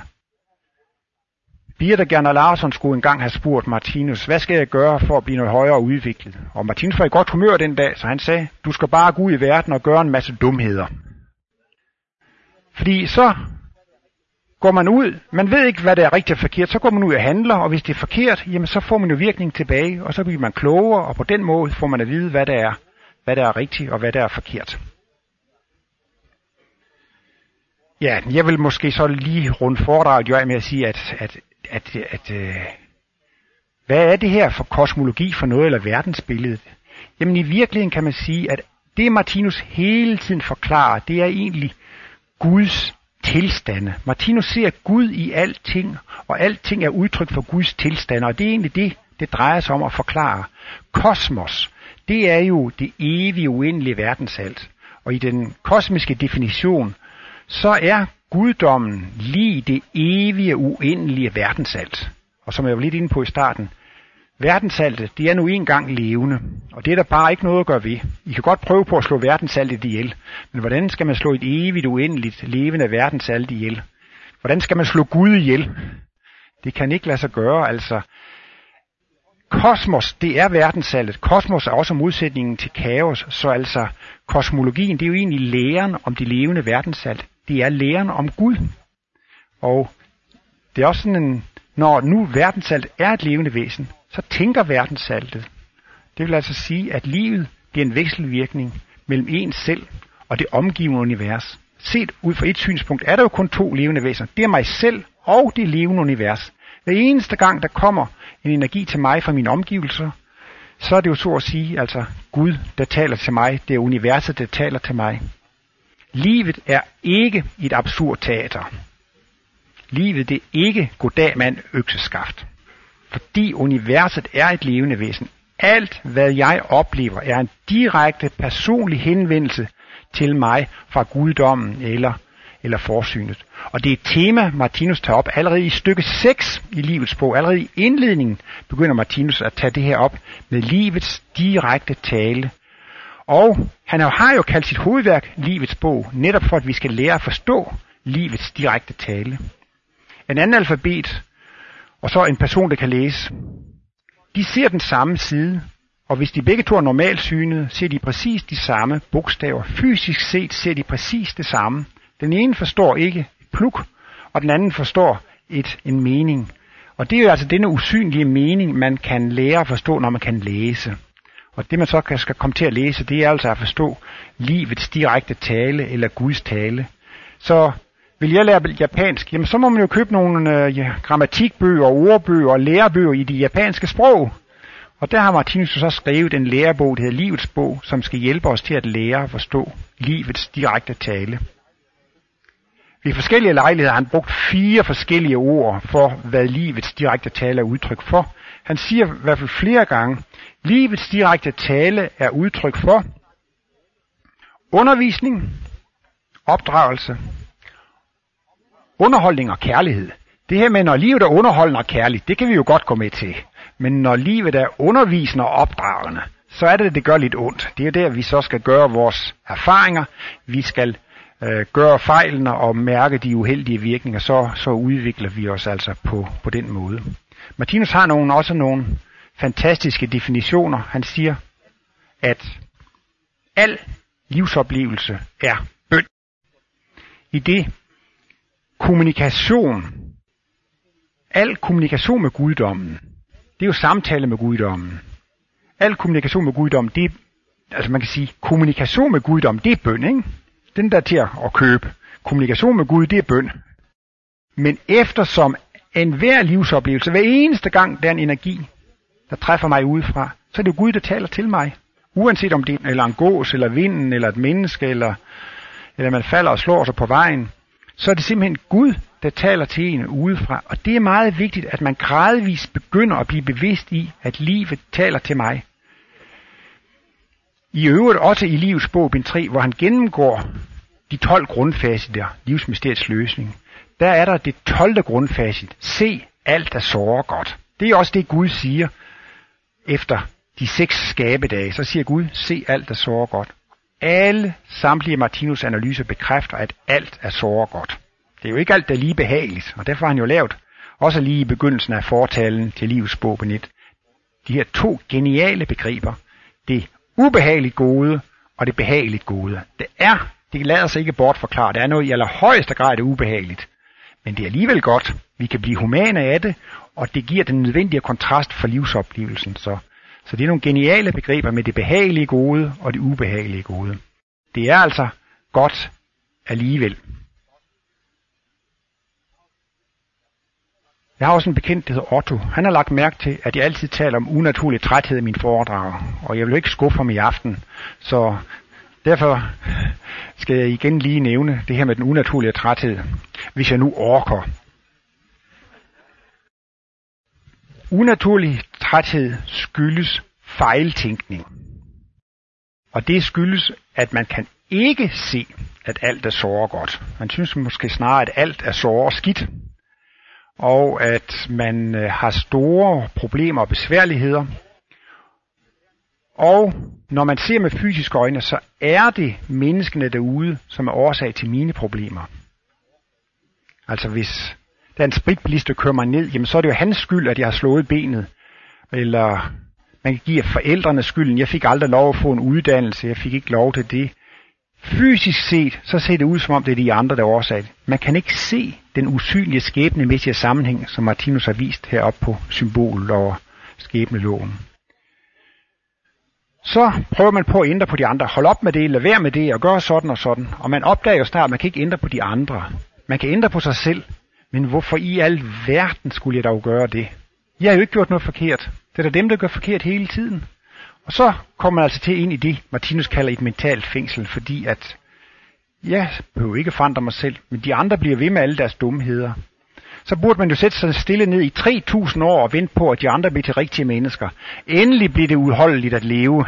Birte Gerner Larsson skulle engang have spurgt Martinus, hvad skal jeg gøre for at blive noget højere udviklet? Og Martinus var i godt humør den dag, så han sagde, du skal bare gå ud i verden og gøre en masse dumheder. Fordi så går man ud, man ved ikke, hvad der er rigtigt og forkert, så går man ud og handler, og hvis det er forkert, jamen så får man jo virkning tilbage, og så bliver man klogere, og på den måde får man at vide, hvad der er rigtigt og hvad der er forkert. Ja, jeg vil måske så lige runde foredraget jo af med at sige, at hvad er det her for kosmologi for noget, eller verdensbilledet? Jamen i virkeligheden kan man sige, at det Martinus hele tiden forklarer, det er egentlig Guds tilstande. Martinus ser Gud i alting, og alting er udtryk for Guds tilstande, og det er egentlig det drejer sig om at forklare. Kosmos, det er jo det evige, uendelige verdensalt. Og i den kosmiske definition, så er guddommen lige det evige, uendelige verdensalt. Og som jeg var lidt inde på i starten, verdensaltet, det er nu engang levende, og det er der bare ikke noget at gøre ved. I kan godt prøve på at slå verdensaltet ihjel, men hvordan skal man slå et evigt, uendeligt, levende verdensalt ihjel? Hvordan skal man slå Gud ihjel? Det kan ikke lade sig gøre, altså. Kosmos, det er verdensaltet. Kosmos er også modsætningen til kaos, så altså kosmologien, det er jo egentlig læren om det levende verdensalt. Det er læren om Gud. Og det er også sådan når nu verdensaltet er et levende væsen, så tænker verdensaltet. Det vil altså sige, at livet bliver en vekselvirkning mellem ens selv og det omgivende univers. Set ud fra et synspunkt er der jo kun to levende væsener. Det er mig selv og det levende univers. Hver eneste gang, der kommer en energi til mig fra mine omgivelser, så er det jo så at sige, altså Gud, der taler til mig. Det er universet, der taler til mig. Livet er ikke et absurd teater. Livet det er ikke goddag mand økseskaft. Fordi universet er et levende væsen. Alt hvad jeg oplever er en direkte personlig henvendelse til mig fra guddommen eller forsynet. Og det er et tema, Martinus tager op allerede i stykke 6 i livets bog. Allerede i indledningen begynder Martinus at tage det her op med livets direkte tale. Og han har jo kaldt sit hovedværk livets bog, netop for at vi skal lære at forstå livets direkte tale. En anden alfabet, og så en person, der kan læse. De ser den samme side, og hvis de begge to er normalsynede, ser de præcis de samme bogstaver. Fysisk set ser de præcis det samme. Den ene forstår ikke et pluk, og den anden forstår en mening. Og det er jo altså denne usynlige mening, man kan lære at forstå, når man kan læse. Og det man så skal komme til at læse, det er altså at forstå livets direkte tale eller Guds tale. Så Vil jeg lære japansk? Jamen så må man jo købe nogle grammatikbøger, ordbøger og lærebøger i det japanske sprog. Og der har Martinus så skrevet en lærebog, der hedder Livets bog, som skal hjælpe os til at lære at forstå livets direkte tale. Ved forskellige lejligheder har han brugt 4 forskellige ord for, hvad livets direkte tale er udtryk for. Han siger i hvert fald flere gange, livets direkte tale er udtryk for undervisning, opdragelse, underholdning og kærlighed. Det her med, når livet er underholdende og kærligt, det kan vi jo godt gå med til. Men når livet er undervisende og opdragende, så er det gør lidt ondt. Det er der, vi så skal gøre vores erfaringer. Vi skal gøre fejlene og mærke de uheldige virkninger. Så udvikler vi os altså på den måde. Martinus har også nogle fantastiske definitioner. Han siger, at al livsoplevelse er bøn. I det al kommunikation med guddommen, det er jo samtale med guddommen. Al kommunikation med guddommen, det er, altså man kan sige, kommunikation med guddommen, det er bøn, ikke? Den der til at købe. Kommunikation med Gud, det er bøn. Men eftersom enhver livsoplevelse, hver eneste gang der er en energi, der træffer mig udefra, så er det jo Gud, der taler til mig. Uanset om det er en gås, eller vinden, eller et menneske, eller man falder og slår sig på vejen, så er det simpelthen Gud, der taler til en udefra. Og det er meget vigtigt, at man gradvist begynder at blive bevidst i, at livet taler til mig. I øvrigt også i Livets bog, bind 3, hvor han gennemgår de 12 grundfaciter, livsmysteriets løsning. Der er der det 12. grundfacit. Se, alt er såre godt. Det er også det, Gud siger efter de 6 skabedage. Så siger Gud, se, alt er såre godt. Samtlige Martinus analyser bekræfter, at alt er såre godt. Det er jo ikke alt, der er lige behageligt, og derfor har han jo lavet, også lige i begyndelsen af fortalen til Livets bog, bind 1, de her 2 geniale begreber. Det ubehageligt gode og det behageligt gode. Det lader sig ikke bortforklare. Det er noget i allerhøjeste grad ubehageligt. Men det er alligevel godt. Vi kan blive humane af det, og det giver den nødvendige kontrast for livsoplevelsen. Så det er nogle geniale begreber med det behagelige gode og det ubehagelige gode. Det er altså godt alligevel. Jeg har også en bekendt, der hedder Otto. Han har lagt mærke til, at jeg altid taler om unaturlig træthed i mine foredrag. Og jeg vil ikke skuffe ham i aften. Så derfor skal jeg igen lige nævne det her med den unaturlige træthed, hvis jeg nu orker. Unaturlig træthed skyldes fejltænkning. Og det skyldes, at man kan ikke se, at alt er såre godt. Man synes måske snarere, at alt er såre skidt. Og at man har store problemer og besværligheder. Og når man ser med fysiske øjne, så er det menneskene derude, som er årsag til mine problemer. Altså hvis der er en spritbilist, der kører mig ned, jamen så er det jo hans skyld, at jeg har slået benet. Eller man kan give forældrene skylden. Jeg fik aldrig lov at få en uddannelse, jeg fik ikke lov til det. Fysisk set, så ser det ud som om det er de andre, der er årsag. Man kan ikke se den usynlige skæbnemæssige sammenhæng, som Martinus har vist heroppe på symbolet over skæbneloven. Så prøver man på at ændre på de andre. Hold op med det, lad være med det, og gør sådan og sådan. Og man opdager jo snart, at man kan ikke ændre på de andre. Man kan ændre på sig selv. Men hvorfor i al verden skulle jeg dog gøre det? Jeg har jo ikke gjort noget forkert. Det er da dem, der gør forkert hele tiden. Og så kommer man altså til ind i det, Martinus kalder et mentalt fængsel, fordi at jeg behøver ikke forandre mig selv, men de andre bliver ved med alle deres dumheder. Så burde man jo sætte sig stille ned i 3000 år og vente på, at de andre bliver til rigtige mennesker. Endelig bliver det udholdeligt at leve.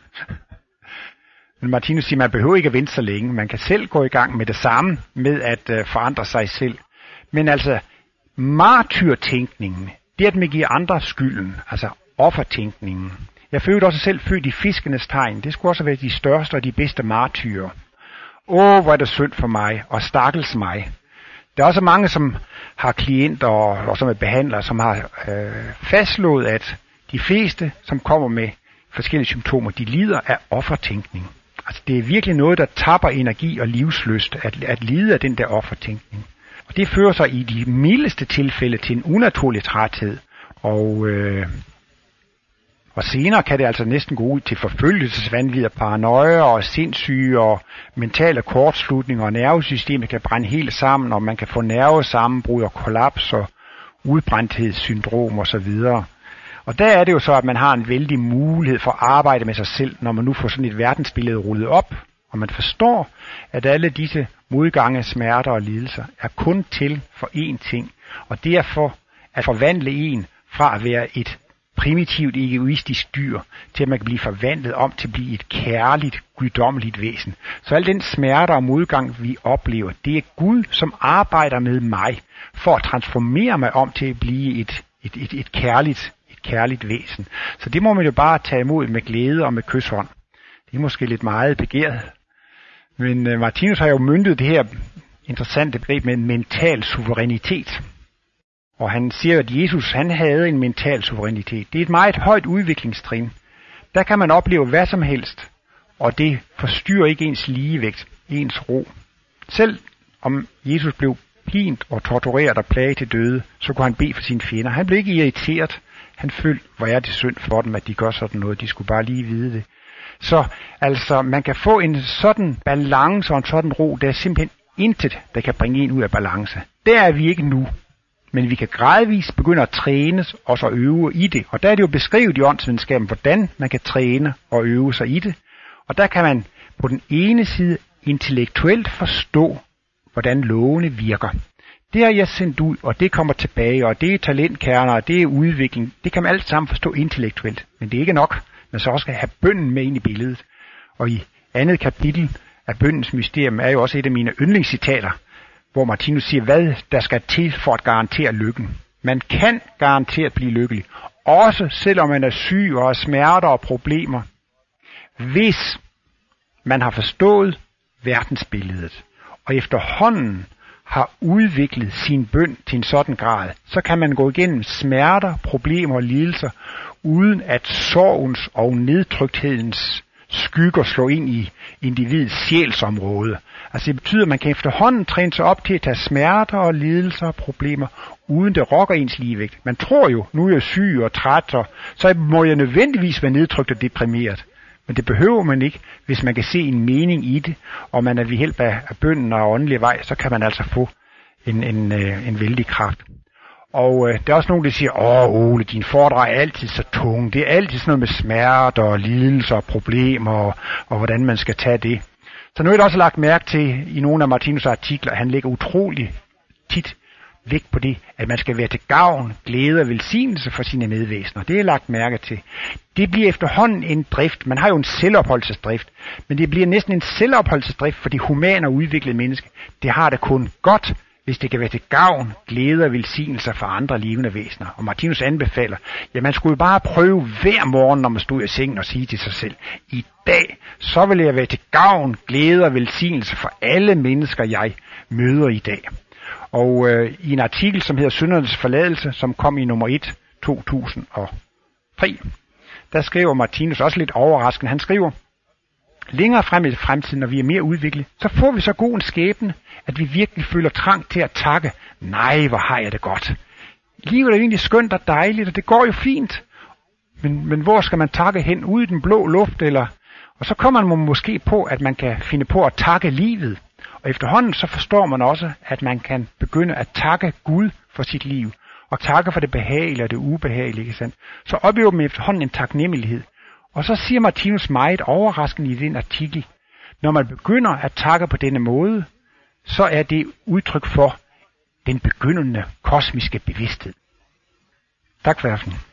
Men Martinus siger, at man behøver ikke at vente så længe. Man kan selv gå i gang med det samme med at forandre sig selv. Men altså, martyrtænkningen, det at man giver andre skylden, altså offertænkningen. Jeg følte også selv født i fiskenes tegn. Det skulle også være de største og de bedste martyrer. Hvor er det synd for mig, og stakkels mig. Der er også mange, som har klienter og som er behandlere, som har fastslået, at de fleste, som kommer med forskellige symptomer, de lider af offertænkning. Altså det er virkelig noget, der tapper energi og livslyst, at lide af den der offertænkning. Og det fører sig i de mildeste tilfælde til en unaturlig træthed. Og Og senere kan det altså næsten gå ud til forfølgelsesvanvid og paranoia og sindssyge og mentale kortslutninger, og nervesystemet kan brænde helt sammen, og man kan få nervesammenbrud og kollaps og udbrændthedssyndrom osv. Og der er det jo så, at man har en vældig mulighed for at arbejde med sig selv, når man nu får sådan et verdensbillede rullet op, og man forstår, at alle disse modgange, smerter og lidelser er kun til for én ting, og derfor at forvandle en fra at være et primitivt, egoistisk dyr, til at man kan blive forvandlet om til at blive et kærligt, guddommeligt væsen. Så al den smerte og modgang, vi oplever, det er Gud, som arbejder med mig, for at transformere mig om til at blive et kærligt væsen. Så det må man jo bare tage imod med glæde og med kyshånd. Det er måske lidt meget begæret. Men Martinus har jo møntet det her interessante begreb med en mental suverænitet. Og han siger, at Jesus han havde en mental suverænitet. Det er et meget højt udviklingstrin. Der kan man opleve hvad som helst, og det forstyrrer ikke ens ligevægt, ens ro. Selv om Jesus blev pint og tortureret og plaget til døde, så kunne han bede for sine fjender. Han blev ikke irriteret. Han følte, hvor er det synd for dem, at de gør sådan noget. De skulle bare lige vide det. Så altså, man kan få en sådan balance og en sådan ro. Der er simpelthen intet, der kan bringe en ud af balance. Der er vi ikke nu. Men vi kan gradvist begynde at trænes og så øve i det. Og der er det jo beskrevet i åndsvidenskaben, hvordan man kan træne og øve sig i det. Og der kan man på den ene side intellektuelt forstå, hvordan lovene virker. Det har jeg sendt ud, og det kommer tilbage, og det er talentkerner, og det er udvikling. Det kan man alt sammen forstå intellektuelt. Men det er ikke nok. Man så også skal have bønnen med ind i billedet. Og i andet kapitel af bønnens mysterium er jo også et af mine yndlingscitater, hvor Martinus siger, hvad der skal til for at garantere lykken. Man kan garantere at blive lykkelig, også selvom man er syg og har smerter og problemer, hvis man har forstået verdensbilledet, og efterhånden har udviklet sin bøn til en sådan grad, så kan man gå igennem smerter, problemer og lidelser, uden at sorgens og nedtrykthedens skygger slå ind i individets sjælsområde. Altså det betyder, at man kan efterhånden træne sig op til at tage smerter og lidelser og problemer, uden det rokker ens ligevægt. Man tror jo, nu er jeg syg og træt, så må jeg nødvendigvis være nedtrykt og deprimeret. Men det behøver man ikke, hvis man kan se en mening i det, og man er ved hjælp af bønnen og åndelig vej, så kan man altså få en vældig kraft. Og der er også nogen, der siger, Ole, din foredrag er altid så tung. Det er altid sådan noget med smerter og lidelser og problemer, og hvordan man skal tage det. Så nu er det også lagt mærke til i nogle af Martinus' artikler, at han lægger utrolig tit vægt på det, at man skal være til gavn, glæde og velsignelse for sine medvæsener. Det er lagt mærke til. Det bliver efterhånden en drift. Man har jo en selvopholdelsesdrift, men det bliver næsten en selvopholdelsesdrift for de humane og udviklede mennesker. Det har det kun godt, hvis det kan være til gavn, glæde og velsignelser for andre levende væsener. Og Martinus anbefaler, ja, man skulle bare prøve hver morgen, når man stod i sengen og sige til sig selv, i dag, så vil jeg være til gavn, glæde og velsignelse for alle mennesker, jeg møder i dag. Og i en artikel, som hedder Syndernes forladelse, som kom i nummer 1, 2003, der skriver Martinus også lidt overraskende. Han skriver, længere frem i fremtiden, når vi er mere udviklet, så får vi så god en skæbne, at vi virkelig føler trang til at takke. Nej, hvor har jeg det godt. Livet er egentlig skønt og dejligt, og det går jo fint. Men hvor skal man takke hen? Ude i den blå luft? Og så kommer man måske på, at man kan finde på at takke livet. Og efterhånden så forstår man også, at man kan begynde at takke Gud for sit liv. Og takke for det behagelige og det ubehagelige. Ikke sandt? Så oplever man efterhånden en taknemmelighed. Og så siger Martinus meget overraskende i den artikel, når man begynder at takke på denne måde, så er det udtryk for den begyndende kosmiske bevidsthed. Tak for aften.